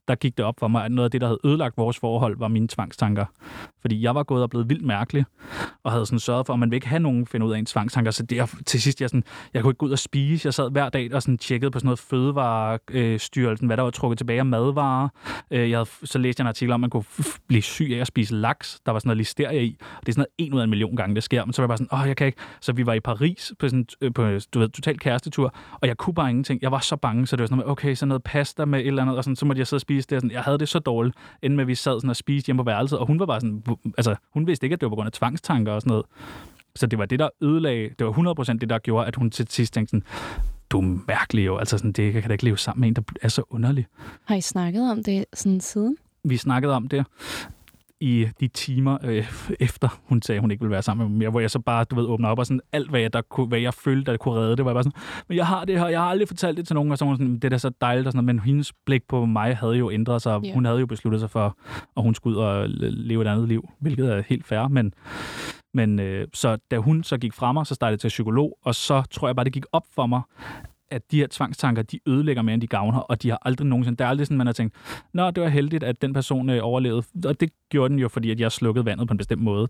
Speaker 1: der gik det op for mig, at noget af det, der havde ødelagt vores forhold, var mine tvangstanker. Fordi jeg var gået og blevet vildt mærkelig, og havde sådan sørget for, at man vil ikke have nogen finde ud af ens tvangstanker. Så det, til sidst, jeg kunne ikke gå ud og spise. Jeg sad hver dag og sådan tjekkede på sådan noget fødevarestyrelsen, hvad der var trukket tilbage af madvarer. Så læste jeg en artikel om, at man kunne blive syg af at spise laks. Der var sådan noget listeria i. Det er sådan noget 1 ud af 1 million gange, det sker. Men så var jeg bare sådan, jeg kan ikke. Så vi var i Paris på sådan total kærestetur, og jeg kunne bare ingenting. Jeg var så bange, så det var sådan noget, okay, så noget pasta med et eller andet, og sådan, så måtte jeg sidde og spise det. Sådan, jeg havde det så dårligt, inden med at vi sad sådan og spiste hjemme på værelset, og hun var bare sådan, altså hun vidste ikke, at det var på grund af tvangstanker og sådan noget. Så det var det, der ødelagde, det var 100% det, der gjorde, at hun til sidst tænkte sådan, du er mærkelig jo, altså sådan, det kan da ikke leve sammen med en, der er så underlig.
Speaker 2: Har I snakket om det sådan siden?
Speaker 1: Vi snakkede om det i de timer efter hun sagde, hun ikke ville være sammen med mig, hvor jeg så bare, åbner op og sådan alt, hvad jeg følte, der kunne redde det, var jeg bare sådan, men jeg har det her, jeg har aldrig fortalt det til nogen, og så sådan, det er da så dejligt, og sådan, men hendes blik på mig havde jo ændret sig, hun havde jo besluttet sig for, at hun skulle ud og leve et andet liv, hvilket er helt fair, men så da hun så gik fra mig, så startede jeg til psykolog, og så tror jeg bare, det gik op for mig, at de her tvangstanker, de ødelægger mere, end de gavner, og de har aldrig nogensinde, det er aldrig sådan, man har tænkt, det var heldigt, at den person overlevede, og det gjorde den jo, fordi at jeg slukkede vandet på en bestemt måde.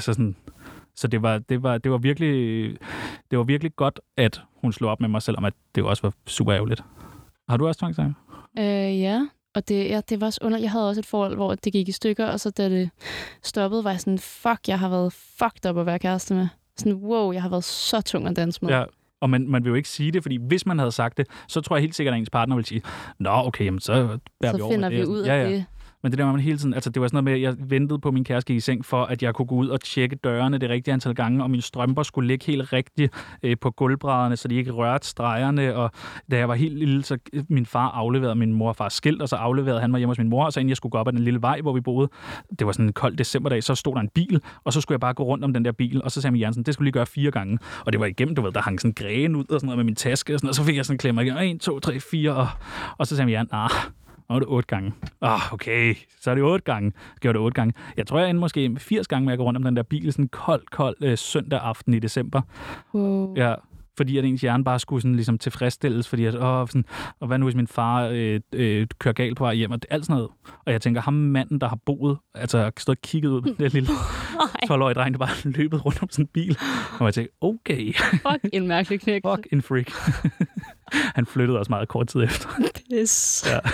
Speaker 1: Så det var virkelig godt, at hun slog op med mig, selvom at det også var super ærgerligt. Har du også tvangstanker?
Speaker 2: Ja. Og det var også jeg havde også et forhold, hvor det gik i stykker, og så da det stoppede, var jeg sådan, jeg har været fucked up at være kæreste med. Sådan, wow, jeg har været så tung at danse med.
Speaker 1: Ja. Og man vil jo ikke sige det, fordi hvis man havde sagt det, så tror jeg helt sikkert, at ens partner ville sige, okay, jamen så bærer vi over
Speaker 2: finder vi ud af det.
Speaker 1: Men det der var man hele tiden, altså det var sådan noget med, at jeg ventede på min kæreste i seng for, at jeg kunne gå ud og tjekke dørene det rigtige antal gange, og mine strømper skulle ligge helt rigtigt på gulvbrædderne, så de ikke rørte stregerne, og da jeg var helt lille, så min far afleverede min mor og far skilt, og så afleverede han mig hjemme hos min mor, og så inden jeg skulle gå op ad den lille vej, hvor vi boede, det var sådan en kold decemberdag, så stod der en bil, og så skulle jeg bare gå rundt om den der bil, og så sagde min Jansen, det skulle lige gøre 4 gange, og det var igennem, der hang sådan græn ud og sådan noget med min taske, og, sådan, og så fik jeg sådan klemmer igen, 1, 2, 3, 4, og så sagde min Jansen, nu er det 8 gange. Okay, så er det 8 gange. Så gjorde det 8 gange. Jeg tror, jeg endte måske 80 gange med at gå rundt om den der bil sådan kold søndag aften i december.
Speaker 2: Wow.
Speaker 1: Ja, fordi at ens hjerne bare skulle sådan ligesom tilfredsstilles, fordi at, sådan, og hvad nu hvis min far kører galt på vej hjem, og alt sådan noget. Og jeg tænker, ham manden, der har boet, altså stået og kigget ud på den lille 12-årige dreng, der bare løbet rundt om sådan en bil. Og jeg tænkte, okay.
Speaker 2: Fuck en mærkelig knæk.
Speaker 1: Fuck en freak. Han flyttede også meget kort tid efter.
Speaker 2: Pis.
Speaker 1: Ja.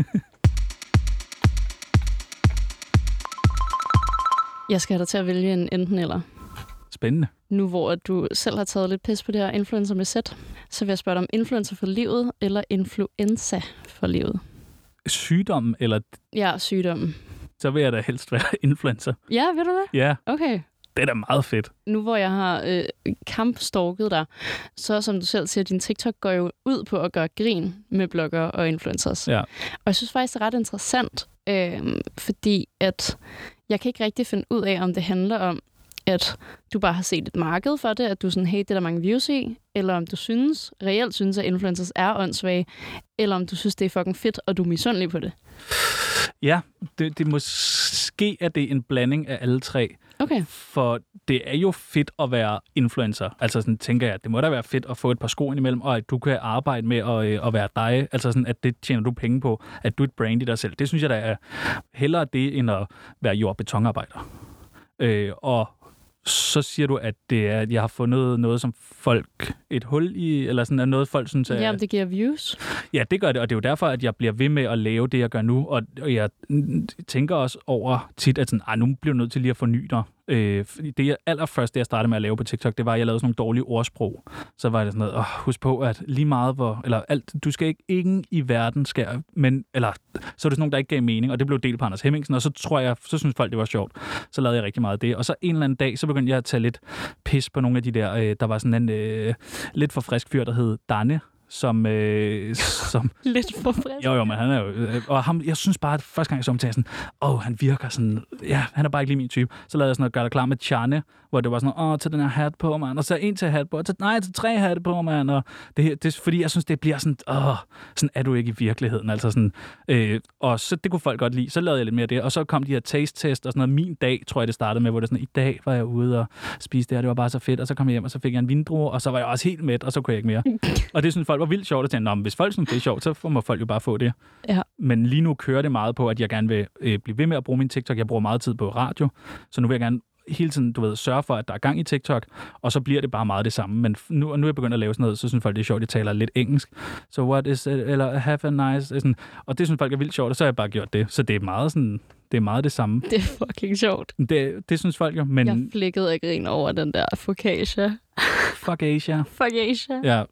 Speaker 2: Jeg skal have dig til at vælge en enten eller.
Speaker 1: Spændende.
Speaker 2: Nu hvor du selv har taget lidt pis på det her influencer med sæt, så vil jeg spørge dig om influencer for livet eller influenza for livet?
Speaker 1: Sygdommen eller?
Speaker 2: Ja, sygdommen.
Speaker 1: Så vil jeg da helst være influencer.
Speaker 2: Ja, ved du det?
Speaker 1: Ja.
Speaker 2: Okay.
Speaker 1: Det er da meget fedt.
Speaker 2: Nu hvor jeg har kampstalket dig, så som du selv siger, din TikTok går jo ud på at gøre grin med bloggere og influencers.
Speaker 1: Ja.
Speaker 2: Og jeg synes faktisk, det er ret interessant, fordi at jeg kan ikke rigtig finde ud af, om det handler om, at du bare har set et marked for det, at du sådan, hey, det er der mange views i, eller om du reelt synes, at influencers er åndssvage, eller om du synes, det er fucking fedt, og du er misundelig på det.
Speaker 1: Ja, det måske er det en blanding af alle 3.
Speaker 2: Okay.
Speaker 1: For det er jo fedt at være influencer. Altså sådan tænker jeg, det må da være fedt at få et par sko indimellem, og at du kan arbejde med at være dig. Altså sådan, at det tjener du penge på, at du er et brand i dig selv. Det synes jeg da er hellere det, end at være jord- og betonarbejder. Og så siger du, at det er, at jeg har fundet noget, som folk et hul i, eller sådan noget, folk synes er...
Speaker 2: Ja, det giver views. Ja,
Speaker 1: det gør det, og det er jo derfor, at jeg bliver ved med at lave det, jeg gør nu, og jeg tænker også over tit, at sådan, nu bliver jeg nødt til lige at forny dig. Det allerførste, jeg startede med at lave på TikTok, det var, at jeg lavede sådan nogle dårlige ordsprog. Så var det sådan noget, husk på, at lige meget eller alt, du skal ikke, ingen i verden skal, men, eller, så er det sådan nogle, der ikke gav mening, og det blev delt på Anders Hemmingsen, og så synes folk, det var sjovt. Så lavede jeg rigtig meget af det, og så en eller anden dag, så begyndte jeg at tage lidt pis på nogle af de der, der var sådan en lidt for frisk fyr, der hed Danne, som
Speaker 2: lidt for frisk.
Speaker 1: Jo, men han er jo... Og ham, jeg synes bare, at første gang jeg så ham sådan, han virker sådan... Ja, han er bare ikke lige min type. Så lavede jeg sådan noget, gør dig klar med Tjane, hvor det var sådan, tag den her hat på, mand. Og så en til hat på, og tag 3 hatte på, mand. Og det fordi jeg synes, det bliver sådan, sådan er du ikke i virkeligheden. Altså sådan, og så det kunne folk godt lide. Så lavede jeg lidt mere af det. Og så kom de her taste-test og sådan noget. Min dag, tror jeg, det startede med, hvor det sådan, i dag var jeg ude og spise det her. Det var bare så fedt. Og så kom jeg hjem, og så fik jeg en vindrue, og så var jeg også helt mæt, og så kunne jeg ikke mere. Og det synes folk var vildt sjovt at tænke, hvis folk synes, det er sjovt, så må folk jo bare få det.
Speaker 2: Ja.
Speaker 1: Men lige nu kører det meget på, at jeg gerne vil blive ved med at bruge min TikTok. Jeg bruger meget tid på radio, så nu vil jeg gerne hele tiden, sørge for, at der er gang i TikTok, og så bliver det bare meget det samme. Men nu er jeg begyndt at lave sådan noget, så synes folk, det er sjovt, at jeg taler lidt engelsk. So what is it? Eller have a nice... Sådan, og det synes folk er vildt sjovt, og så har jeg bare gjort det. Så det er meget sådan... Det er meget det samme.
Speaker 2: Det er fucking sjovt.
Speaker 1: Det synes folk jo, men...
Speaker 2: Jeg flikkede ikke grin over den der Fuck Asia.
Speaker 1: Fuck Asia.
Speaker 2: Fuck Asia.
Speaker 1: Ja.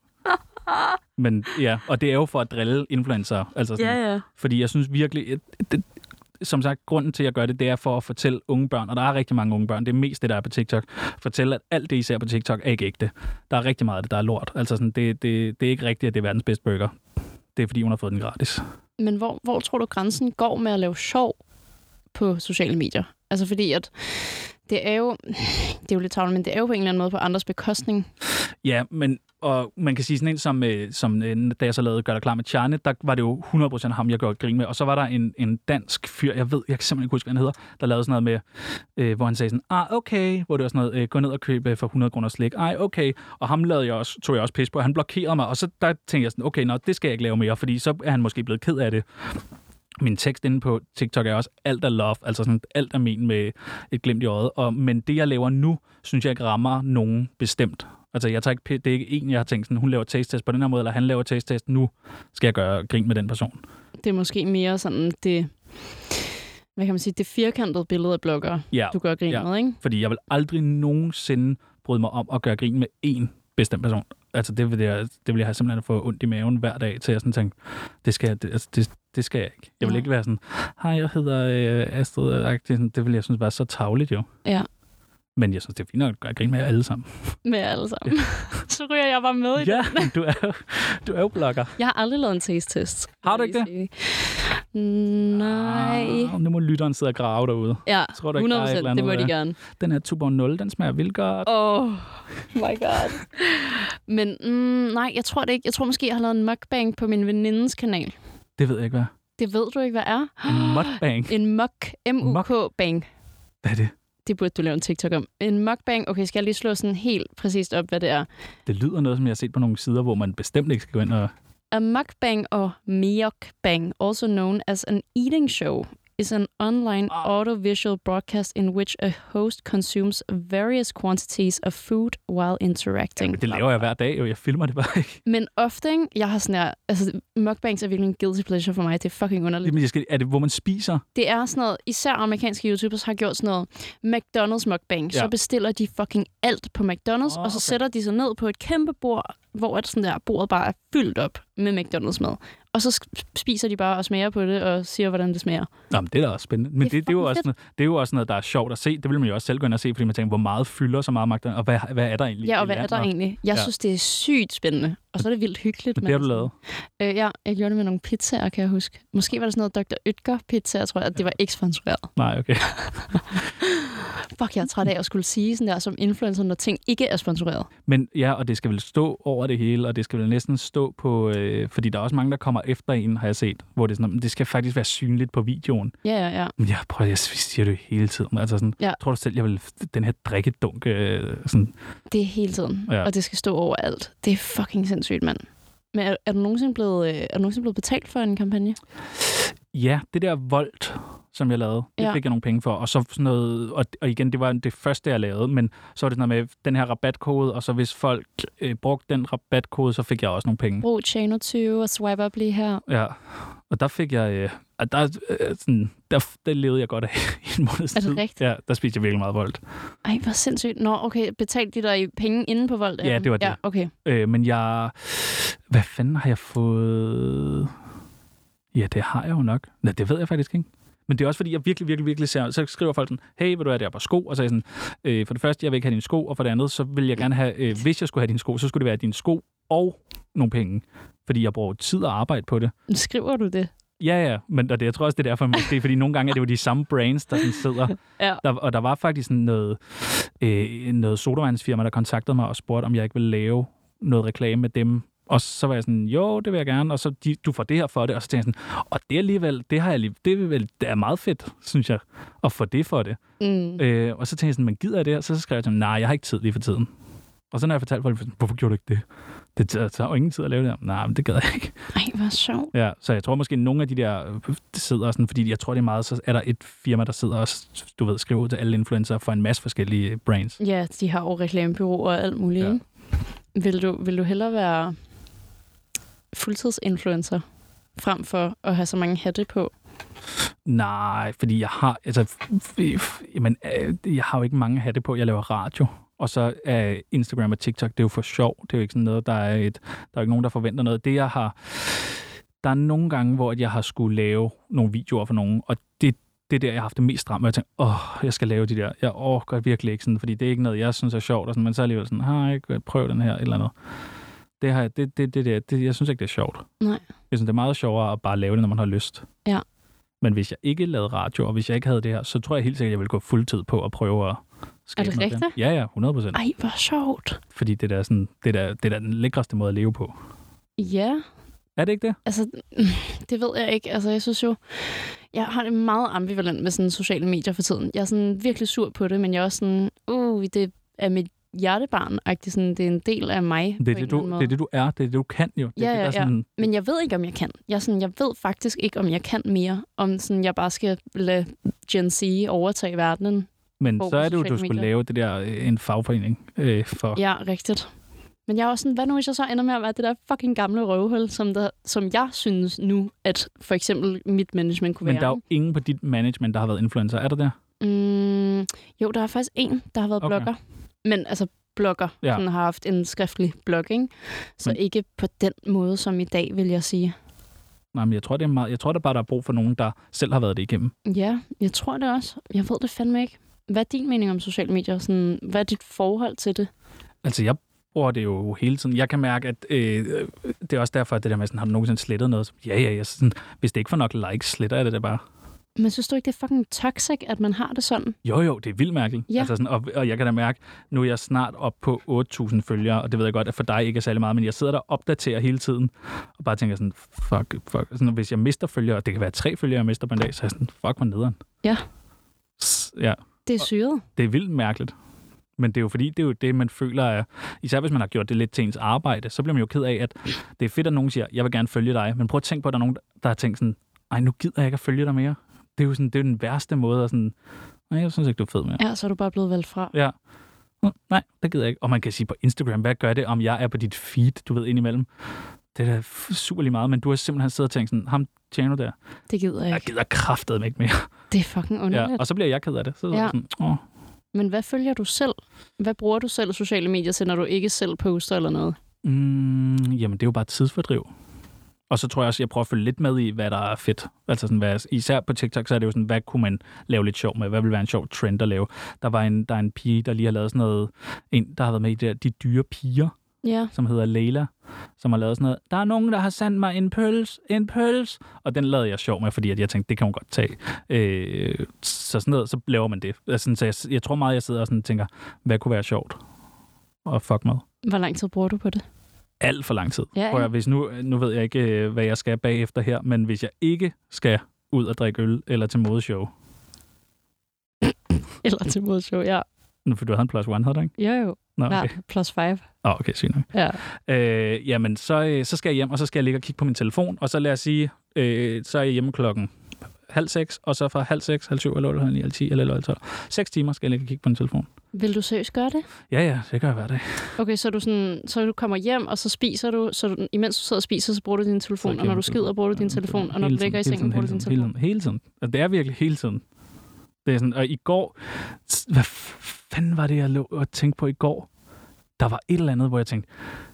Speaker 1: Men ja, og det er jo for at drille influencer. Altså sådan,
Speaker 2: Ja.
Speaker 1: Fordi jeg synes virkelig... Som sagt, grunden til, at jeg gør det, det er for at fortælle unge børn, og der er rigtig mange unge børn, det er mest det, der er på TikTok, fortælle, at alt det, I ser på TikTok, er ikke ægte. Der er rigtig meget af det, der er lort. Altså sådan, det er ikke rigtigt, at det er verdens bedste burger. Det er, fordi hun har fået den gratis.
Speaker 2: Men hvor tror du, grænsen går med at lave sjov på sociale medier? Altså fordi, at det er jo lidt tavligt, men det er jo på en eller anden måde på andres bekostning.
Speaker 1: Ja, og man kan sige sådan en som da jeg så lavede Gør dig klar med Tjarne, der var det jo 100% ham, jeg gjorde grin med. Og så var der en dansk fyr, jeg kan simpelthen ikke huske, hvad han hedder, der lavede sådan noget med, hvor han sagde sådan, okay, hvor det var sådan noget, gå ned og købe for 100 kroner slik, okay. Og ham tog jeg også pis på, han blokerede mig, og så der tænkte jeg sådan, okay, det skal jeg ikke lave mere, fordi så er han måske blevet ked af det. Min tekst inde på TikTok er også alt er love, altså sådan alt er men med et glimt i øjet. Men det, jeg laver nu, synes jeg ikke rammer nogen bestemt. Altså, det er ikke en, jeg har tænkt sådan, hun laver taste-test på den her måde, eller han laver taste-test, nu skal jeg gøre grin med den person.
Speaker 2: Det er måske mere sådan det, hvad kan man sige, det firkantede billede af bloggere, du gør grin med, ikke?
Speaker 1: Fordi jeg vil aldrig nogensinde bryde mig om at gøre grin med én bestemt person. Altså, det vil jeg have simpelthen få ondt i maven hver dag, til jeg sådan tænker, det skal jeg ikke. Jeg vil ikke være sådan, hej, jeg hedder Astrid. Det vil jeg synes var så tarveligt jo.
Speaker 2: Ja.
Speaker 1: Men jeg synes, det er fint at gøre grin med jer alle sammen.
Speaker 2: Med jer alle sammen. Ja. Så ryger jeg bare med i det.
Speaker 1: Ja, du er jo blogger.
Speaker 2: Jeg har aldrig lavet en taste-test.
Speaker 1: Har du ikke det?
Speaker 2: Nej.
Speaker 1: Nu må lytteren sidde og grave derude.
Speaker 2: Ja,
Speaker 1: tror du ikke,
Speaker 2: 100%, det må de gerne.
Speaker 1: Den her 2.0, den smager vildt godt.
Speaker 2: Oh my god. Men nej, jeg tror det ikke. Jeg tror måske, jeg har lavet en mukbang på min venindes kanal.
Speaker 1: Det ved jeg ikke, hvad.
Speaker 2: Det ved du ikke, hvad er?
Speaker 1: En mukbang?
Speaker 2: En M-U-K-bang.
Speaker 1: Hvad er det?
Speaker 2: Det burde du lave en TikTok om. En mukbang, okay, skal jeg lige slå sådan helt præcist op, hvad det er?
Speaker 1: Det lyder noget, som jeg har set på nogle sider, hvor man bestemt ikke skal gå ind og...
Speaker 2: A mukbang or mukbang, also known as an eating show, is an online audiovisual broadcast in which a host consumes various quantities of food while interacting.
Speaker 1: Ja, det laver jeg hver dag, og jeg filmer det bare ikke.
Speaker 2: Men ofte, ikke? Jeg har sådan her... Altså, mukbangs er virkelig en guilty pleasure for mig. Det er fucking underligt.
Speaker 1: Jamen, er det, hvor man spiser?
Speaker 2: Det er sådan noget... Især amerikanske YouTubers har gjort sådan noget McDonald's mukbang. Ja. Så bestiller de fucking alt på McDonald's, og så sætter de sig ned på et kæmpe bord, hvor sådan der bordet bare er fyldt op med McDonald's mad. Og så spiser de bare og smager på det, og siger, hvordan det smager.
Speaker 1: Nå, men det er da også spændende. Men det er jo også noget, det er jo også noget, der er sjovt at se. Det vil man jo også selv gå ind og se, fordi man tænker, hvor meget fylder så meget McDonald's, og hvad er der egentlig?
Speaker 2: Ja, og hvad er der egentlig? Jeg synes, det er sygt spændende. Og så er det vildt hyggeligt.
Speaker 1: Men det har du lavet?
Speaker 2: Ja, jeg gjorde det med nogle pizzaer, kan jeg huske. Måske var det sådan noget Dr. Ytger-pizzaer, tror jeg, at det var ikke sponsoreret.
Speaker 1: Nej, okay.
Speaker 2: Fuck, jeg er træt af at skulle sige sådan der som influencer, når ting ikke er sponsoreret.
Speaker 1: Men ja, og det skal vel stå over det hele, og det skal vel næsten stå på... fordi der er også mange, der kommer efter en, har jeg set, hvor det er sådan, det skal faktisk være synligt på videoen.
Speaker 2: Ja.
Speaker 1: Men jeg siger det hele tiden. Altså sådan, tror du selv, jeg vil den her drikkedunk... sådan...
Speaker 2: Det er hele tiden, og det skal stå overalt. Det er fucking sindssygt, mand. Men er du nogensinde blevet betalt for en kampagne?
Speaker 1: Ja, det der Volt, som jeg lavede, det fik jeg nogle penge for. Og så sådan noget, og igen, det var det første, jeg lavede, men så var det sådan noget med den her rabatkode, og så hvis folk brugte den rabatkode, så fik jeg også nogle penge.
Speaker 2: Brug Chano 20 og swipe up lige her.
Speaker 1: Ja, og der fik jeg... Der levede jeg godt af i en måneds tid.
Speaker 2: Er det rigtigt?
Speaker 1: Ja, der spiste jeg virkelig meget Volt.
Speaker 2: Ej, hvor sindssygt. Nå, okay, betalte de dig penge inde på Volt?
Speaker 1: Ja, det var det.
Speaker 2: Ja, okay.
Speaker 1: Men hvad fanden har jeg fået... Ja, det har jeg jo nok. Nej, det ved jeg faktisk ikke. Men det er også fordi, jeg virkelig ser... Så skriver folk sådan, hey, vil du have det her på sko? Og så er jeg sådan, for det første, jeg vil ikke have dine sko, og for det andet, så vil jeg gerne have... hvis jeg skulle have dine sko, så skulle det være dine sko og nogle penge. Fordi jeg bruger tid og arbejde på det.
Speaker 2: Skriver du det?
Speaker 1: Ja, men jeg tror også, det er derfor måske, fordi nogle gange er det jo de samme brands, der sådan sidder. Ja. Og der var faktisk sådan noget sodavandsfirma, der kontaktede mig og spurgte, om jeg ikke ville lave noget reklame med dem. Og så var jeg sådan, jo, det vil jeg gerne, og så du får det her for det, og så tænkte jeg sådan, og det alligevel, det er meget fedt, synes jeg, at få det for det. Og så tænkte jeg sådan, man gider det, og så skrev jeg sådan, nej, jeg har ikke tid lige for tiden. Og så når jeg fortalte folk, hvorfor gjorde du ikke det? Det tager jo ingen tid at lave det her. Nej, men det gad jeg ikke.
Speaker 2: Ej, hvor sjovt.
Speaker 1: Ja, så jeg tror måske, at nogle af de der sidder sådan, fordi jeg tror, det er meget, så er der et firma, der sidder og, du ved, skriver ud til alle influencer for en masse forskellige brands.
Speaker 2: Ja, de har jo reklamebureauer og alt muligt. Ja. Vil du hellere være fuldtidsinfluencer, frem for at have så mange hatte på?
Speaker 1: Nej, fordi jeg har, jeg har jo ikke mange hatte på. Jeg laver radio. Og så er Instagram og TikTok, det er jo for sjov. Det er jo ikke sådan noget, der er ikke nogen, der forventer noget. Det jeg har, der er nogle gange, hvor jeg har skulle lave nogle videoer for nogen, og det er der, jeg har haft det mest stramt, og jeg tænker, jeg skal lave de der. Jeg orker virkelig ikke sådan, fordi det er ikke noget, jeg synes er sjovt, og sådan, men så er alligevel sådan, prøv den her, eller andet. Jeg synes ikke, det er sjovt.
Speaker 2: Nej.
Speaker 1: Jeg synes, det er meget sjovere at bare lave det, når man har lyst.
Speaker 2: Ja.
Speaker 1: Men hvis jeg ikke lavede radio, og hvis jeg ikke havde det her, så tror jeg helt sikkert, at jeg ville gå fuldtid på at prøve at skabe noget. Er det rigtigt? Ja, 100%.
Speaker 2: Ej, hvor sjovt.
Speaker 1: Fordi det er den lækreste måde at leve på.
Speaker 2: Ja. Er det
Speaker 1: ikke det?
Speaker 2: Altså, det ved jeg ikke. Altså, jeg synes jo, jeg har det meget ambivalent med sådan sociale medier for tiden. Jeg er sådan virkelig sur på det, men jeg er også sådan, det er mit hjertebarn-agtigt, sådan, det er en del af mig.
Speaker 1: Det er det, du er. Det er det, du kan jo. Det
Speaker 2: ja. Sådan... Men jeg ved ikke, om jeg kan. Jeg ved faktisk ikke, om jeg kan mere. Om sådan, jeg bare skal lade Gen Z overtage verdenen.
Speaker 1: Men så er det jo, du skulle lave det der, en fagforening for...
Speaker 2: Ja, rigtigt. Men jeg er også sådan, hvad nu hvis jeg så ender med at være det der fucking gamle røvhul, som jeg synes nu, at for eksempel mit management kunne være.
Speaker 1: Men der er jo ingen på dit management, der har været influencer. Er der det?
Speaker 2: Jo, der er faktisk en, der har været blogger. Men altså blogger, som har haft en skriftlig blog, ikke? Så ikke på den måde, som i dag, vil jeg sige.
Speaker 1: Nej, men jeg tror, der bare, der er brug for nogen, der selv har været det igennem.
Speaker 2: Ja, jeg tror det også. Jeg ved det fandme ikke. Hvad er din mening om sociale medier? Sådan, hvad er dit forhold til det?
Speaker 1: Altså, jeg bruger det jo hele tiden. Jeg kan mærke, at det er også derfor, at det der med, sådan, har du nogensinde slettet noget? Ja. Sådan, hvis det ikke får nok likes, sletter jeg det bare.
Speaker 2: Men synes du ikke, det er fucking toxic, at man har det sådan?
Speaker 1: Jo, det er vildt mærkeligt. Ja. Altså sådan, og jeg kan da mærke, nu er jeg snart op på 8.000 følgere, og det ved jeg godt, at for dig ikke er særlig meget, men jeg sidder der og opdaterer hele tiden, og bare tænker sådan, fuck. Sådan, hvis jeg mister følgere, og det kan være 3 følgere, jeg mister på en dag, så er jeg sådan, fuck, hvor nederen.
Speaker 2: Ja.
Speaker 1: Ja.
Speaker 2: Det er syret.
Speaker 1: Det er vildt mærkeligt. Men det er jo fordi, det er jo det, man føler er... Især hvis man har gjort det lidt til ens arbejde, så bliver man jo ked af, at det er fedt, at nogen siger, jeg vil gerne følge dig. Men prøv at tænke på, at der er nogen, der har tænkt sådan, ej, nu gider jeg ikke at følge dig mere. Det er jo sådan, det er den værste måde at sådan, nej, jeg synes ikke, du er fed mere.
Speaker 2: Ja, så er du bare blevet valgt fra.
Speaker 1: Ja. Nej, det gider jeg ikke. Og man kan sige på Instagram, hvad gør det, om jeg er på dit feed, du ved, indimellem? Det er da super lige meget, men du har simpelthen siddet og tænkt sådan, ham tjener der.
Speaker 2: Det gider jeg ikke.
Speaker 1: Jeg gider kraftedeme ikke mere.
Speaker 2: Det er fucking underligt.
Speaker 1: Ja, og så bliver jeg ked af det. Så er sådan,
Speaker 2: Men hvad følger du selv? Hvad bruger du selv sociale medier til, når du ikke selv poster eller noget?
Speaker 1: Jamen, det er jo bare tidsfordriv. Og så tror jeg også, at jeg prøver at følge lidt med i, hvad der er fedt. Altså sådan, især på TikTok, så er det jo sådan, hvad kunne man lave lidt sjov med? Hvad vil være en sjov trend at lave? Der er en pige, der lige har lavet sådan noget, der har været med i det der, De Dyre Piger, som hedder Leila, som har lavet sådan noget, der er nogen, der har sendt mig en pøls, og den lavede jeg sjov med, fordi at jeg tænkte, det kan hun godt tage. Så sådan noget, så laver man det. Så jeg tror meget, jeg sidder og sådan tænker, hvad kunne være sjovt? Og fuck med.
Speaker 2: Hvor lang tid bruger du på det?
Speaker 1: Alt for lang tid. Ja. Hvis nu ved jeg ikke, hvad jeg skal bagefter her, men hvis jeg ikke skal ud og drikke øl eller til modeshow.
Speaker 2: Eller til modeshow, ja.
Speaker 1: For du havde en plus one, havde du ikke?
Speaker 2: Jo. Nå, okay. Plus 5.
Speaker 1: Okay, sygt nok.
Speaker 2: Ja.
Speaker 1: Jamen, så skal jeg hjem, og så skal jeg ligge og kigge på min telefon, og så lad os sige, så er jeg hjemme klokken 5:30, og så fra 5:30, 7:30, eller 9:30, 10 eller 12. 6 timer skal jeg ligge og kigge på min telefon.
Speaker 2: Vil du seriøst gøre det?
Speaker 1: Ja, det gør jeg hver dag.
Speaker 2: Okay, så du kommer hjem, og så spiser du, imens du sidder og spiser, så bruger du din telefon, og når du skider, bruger du din telefon, og når du ligger i sengen, bruger du din telefon.
Speaker 1: Hele tiden. Og det er virkelig hele tiden. Det er sådan, og i går, hvad fanden var det, jeg lå og tænkte på i går? Der var et eller andet, hvor jeg tænkte,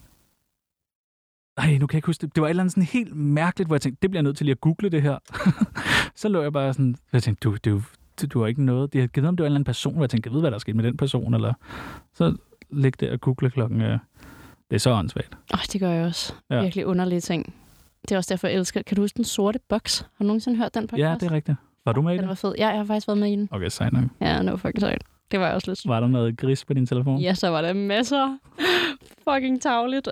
Speaker 1: nej, nu kan jeg ikke huske det. Det var et eller andet sådan helt mærkeligt, hvor jeg tænkte, det bliver jeg nødt til lige at google det her. Så lå jeg bare sådan, jeg tænkte, du har ikke noget. Det har givet om, det var en eller anden person, hvor jeg tænkte, jeg ved, hvad der er sket med den person, eller så ligge der og google klokken. Det er så åndssvagt.
Speaker 2: Det gør jeg også. Ja. Virkelig underlige ting. Det er også derfor, jeg elsker. Kan du huske Den Sorte Boks? Har du nogensinde hørt den podcast?
Speaker 1: Ja, det er rigtigt. Var du med i den?
Speaker 2: Den var fed. Ja, jeg har faktisk været med i den.
Speaker 1: Okay, sejt nok.
Speaker 2: Ja, no fucking sejt. Det var jeg også lidt.
Speaker 1: Var der noget gris på din telefon?
Speaker 2: Ja, så var der masser. Fucking tarveligt.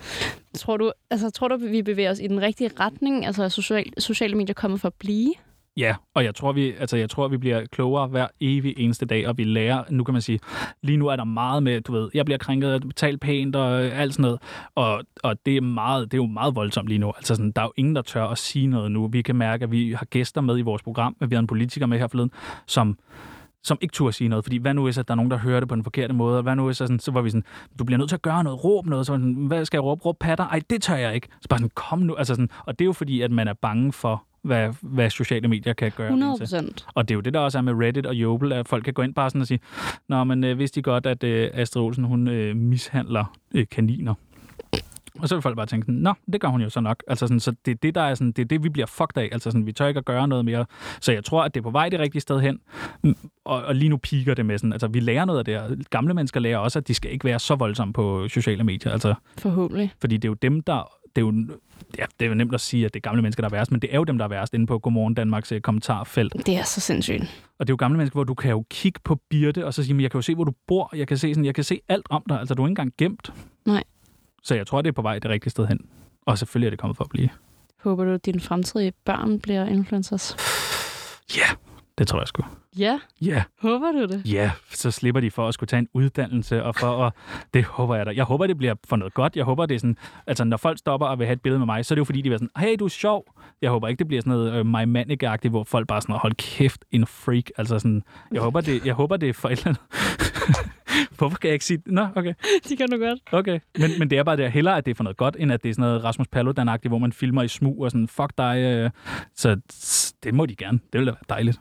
Speaker 2: Tror du, vi bevæger os i den rigtige retning? Altså, er sociale medier kommet for at blive?
Speaker 1: Ja, og jeg tror, vi bliver klogere hver evig eneste dag, og vi lærer, nu kan man sige, lige nu er der meget med, du ved, jeg bliver krænket, jeg betaler pænt og alt sådan noget, og det er jo meget voldsomt lige nu. Altså sådan, der er jo ingen, der tør at sige noget nu. Vi kan mærke, at vi har gæster med i vores program, at vi har en politiker med her forleden, som ikke turde sige noget, fordi hvad nu hvis, at der er nogen, der hører det på den forkerte måde, og hvad nu hvis, så var vi sådan, du bliver nødt til at gøre noget, råb noget, så var sådan, hvad skal jeg råbe patter? Ej, det tør jeg ikke. Så bare sådan, kom nu, altså sådan, og det er jo fordi, at man er bange for, hvad sociale medier kan gøre.
Speaker 2: 100%.
Speaker 1: Og det er jo det, der også er med Reddit og Jodel, at folk kan gå ind bare sådan og sige, nå, men vidste de godt, at Astrid Olsen, hun mishandler kaniner? Og så vil folk bare tænke, nå, det gør hun jo så nok. Altså sådan, så det er det, der er sådan, det er det, vi bliver fucked af. Altså sådan, vi tør ikke at gøre noget mere. Så jeg tror, at det er på vej det rigtige sted hen. Og lige nu piker det med sådan, altså vi lærer noget af det her. Gamle mennesker lærer også, at de skal ikke være så voldsomme på sociale medier. Altså, forhåbentlig. Fordi det er jo dem, der... Det er jo nemt at sige, at det er gamle mennesker, der er værst, men det er jo dem, der er værst inde på Godmorgen Danmarks kommentarfelt.
Speaker 2: Det er så sindssygt.
Speaker 1: Og det er jo gamle mennesker, hvor du kan jo kigge på Birte, og så sige, men jeg kan jo se, hvor du bor. Jeg kan se alt om dig. Altså, du er ikke engang gemt.
Speaker 2: Nej.
Speaker 1: Så jeg tror, det er på vej det rigtige sted hen. Og selvfølgelig er det kommet for at blive.
Speaker 2: Håber du, at dine fremtidige børn bliver influencers?
Speaker 1: Ja, det tror jeg sgu.
Speaker 2: Ja?
Speaker 1: Ja.
Speaker 2: Håber du det?
Speaker 1: Ja, så slipper de for at skulle tage en uddannelse, og for at... Det håber jeg da. Jeg håber, det bliver for noget godt. Jeg håber, det er sådan... Altså, når folk stopper og vil have et billede med mig, så er det jo fordi, de er sådan, hey, du er sjov. Jeg håber ikke, det bliver sådan noget My Manic-agtigt, hvor folk bare sådan, hold kæft, en freak. Altså sådan... Jeg håber, det er for et eller andet... Hvorfor kan jeg ikke sige det? Nå, okay.
Speaker 2: Det kan du godt.
Speaker 1: Okay, men det er bare det, hellere, at det er for noget godt, end at det er sådan noget Rasmus Paludan-agtigt, hvor man filmer i smug og sådan, fuck dig. Så det må de gerne. Det ville da være dejligt.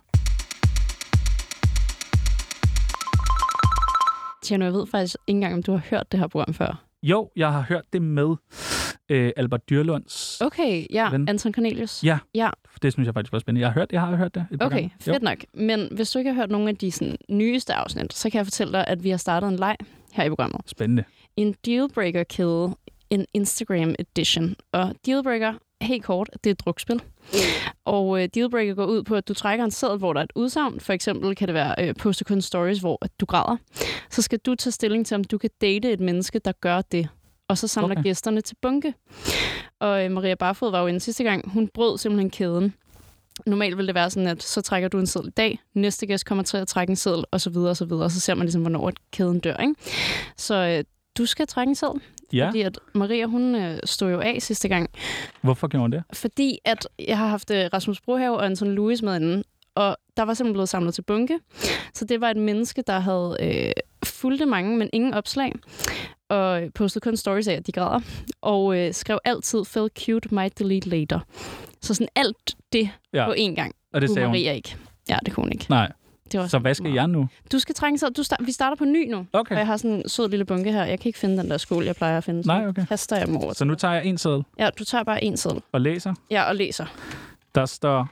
Speaker 2: Tjerno, jeg ved faktisk ikke engang, om du har hørt det her program før.
Speaker 1: Jo, jeg har hørt det med Albert Dyrlunds
Speaker 2: ven. Anton Cornelius.
Speaker 1: Ja, det synes jeg faktisk var spændende. Jeg har hørt det et par gange.
Speaker 2: Fedt nok. Men hvis du ikke har hørt nogle af de sådan, nyeste afsnit, så kan jeg fortælle dig, at vi har startet en leg her i programmet.
Speaker 1: Spændende. En
Speaker 2: dealbreaker-kæde, en Instagram edition. Og dealbreaker, helt kort, det er et drukspil. Og dealbreaker går ud på, at du trækker en seddel, hvor der er et udsagn. For eksempel kan det være poste kun stories, hvor du græder. Så skal du tage stilling til, om du kan date et menneske, der gør det. Og så samler gæsterne til bunke. Og Maria Barfod var jo inde sidste gang. Hun brød simpelthen kæden. Normalt vil det være sådan, at så trækker du en seddel i dag. Næste gæst kommer til at trække en seddel, og så videre, og så videre. Og så ser man ligesom, hvornår kæden dør, ikke? Så du skal trække en seddel. Ja. Fordi at Maria, hun stod jo af sidste gang.
Speaker 1: Hvorfor gjorde hun det?
Speaker 2: Fordi at jeg har haft Rasmus Brohave og Anton Louis med inden, og der var simpelthen blevet samlet til bunke. Så det var et menneske, der havde fulgte mange, men ingen opslag. Og postede kun stories af, at de græder. Og skrev altid, feel cute, might delete later. Så sådan alt det på én gang.
Speaker 1: Og det sagde
Speaker 2: Maria
Speaker 1: hun
Speaker 2: ikke. Ja, det kunne hun ikke.
Speaker 1: Nej. Så hvad skal jeg nu?
Speaker 2: Du skal trænge sig. Vi starter på ny nu.
Speaker 1: Okay.
Speaker 2: Og jeg har sådan en sød lille bunke her. Jeg kan ikke finde den der skål, jeg plejer at finde.
Speaker 1: Nej, okay.
Speaker 2: Kaster jeg dem over.
Speaker 1: Så nu tager jeg en seddel?
Speaker 2: Ja, du tager bare en seddel.
Speaker 1: Og læser?
Speaker 2: Ja, og læser.
Speaker 1: Der står...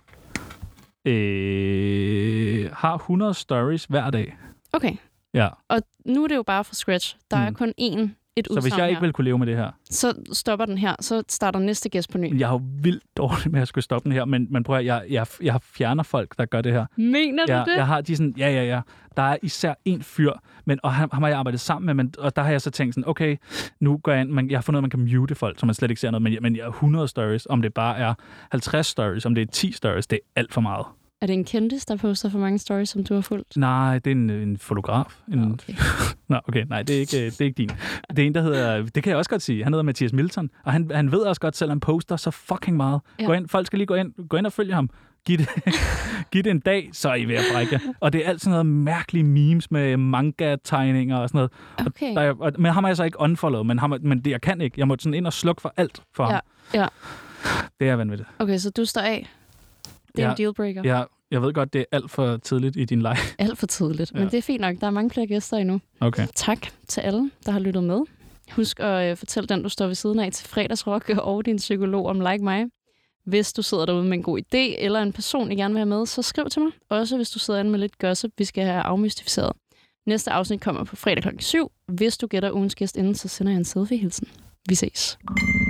Speaker 1: har 100 stories hver dag.
Speaker 2: Okay.
Speaker 1: Ja.
Speaker 2: Og nu er det jo bare fra scratch. Der er kun et udsagn.
Speaker 1: Så hvis jeg ikke vil kunne leve med det her?
Speaker 2: Så stopper den her. Så starter næste gæst på ny.
Speaker 1: Jeg har jo vildt dårligt med at skulle stoppe den her, men prøv at jeg fjerner folk, der gør det her.
Speaker 2: Mener du det?
Speaker 1: Jeg har de sådan, ja. Der er især en fyr, og ham har jeg arbejdet sammen med, og der har jeg så tænkt sådan, okay, nu går jeg ind, jeg har fundet ud af, at man kan mute folk, så man slet ikke ser noget, men jeg har 100 stories, om det bare er 50 stories, om det er 10 stories, det er alt for meget.
Speaker 2: Er det en kendis, der poster for mange stories, som du har fulgt?
Speaker 1: Nej, det er en fotograf.
Speaker 2: Okay.
Speaker 1: Nå, okay, nej, det er ikke din. Det er en, der hedder, det kan jeg også godt sige, han hedder Mathias Milton, og han ved også godt, selv han poster så fucking meget. Ja. Folk skal lige gå ind og følge ham. Giv det en dag, så er I ved at brække. Og det er alt sådan noget mærkelige memes med manga-tegninger og sådan noget.
Speaker 2: Okay.
Speaker 1: Men ham har jeg så ikke unfollowet, men det jeg kan ikke. Jeg må sådan ind og slukke for alt for ham.
Speaker 2: Ja.
Speaker 1: Det er vanvittigt.
Speaker 2: Okay, så du står af. Det er en dealbreaker.
Speaker 1: Ja, jeg ved godt, det er alt for tidligt i din live.
Speaker 2: Alt for tidligt, men det er fint nok. Der er mange flere gæster endnu.
Speaker 1: Okay.
Speaker 2: Tak til alle, der har lyttet med. Husk at fortælle den, du står ved siden af til fredagsrock og din psykolog om Like mig. Hvis du sidder derude med en god idé, eller en person, I gerne vil have med, så skriv til mig. Også hvis du sidder inde med lidt gossip, vi skal have afmystificeret. Næste afsnit kommer på fredag kl. 7. Hvis du gætter ugens gæst inden, så sender jeg en selfie-hilsen. Vi ses.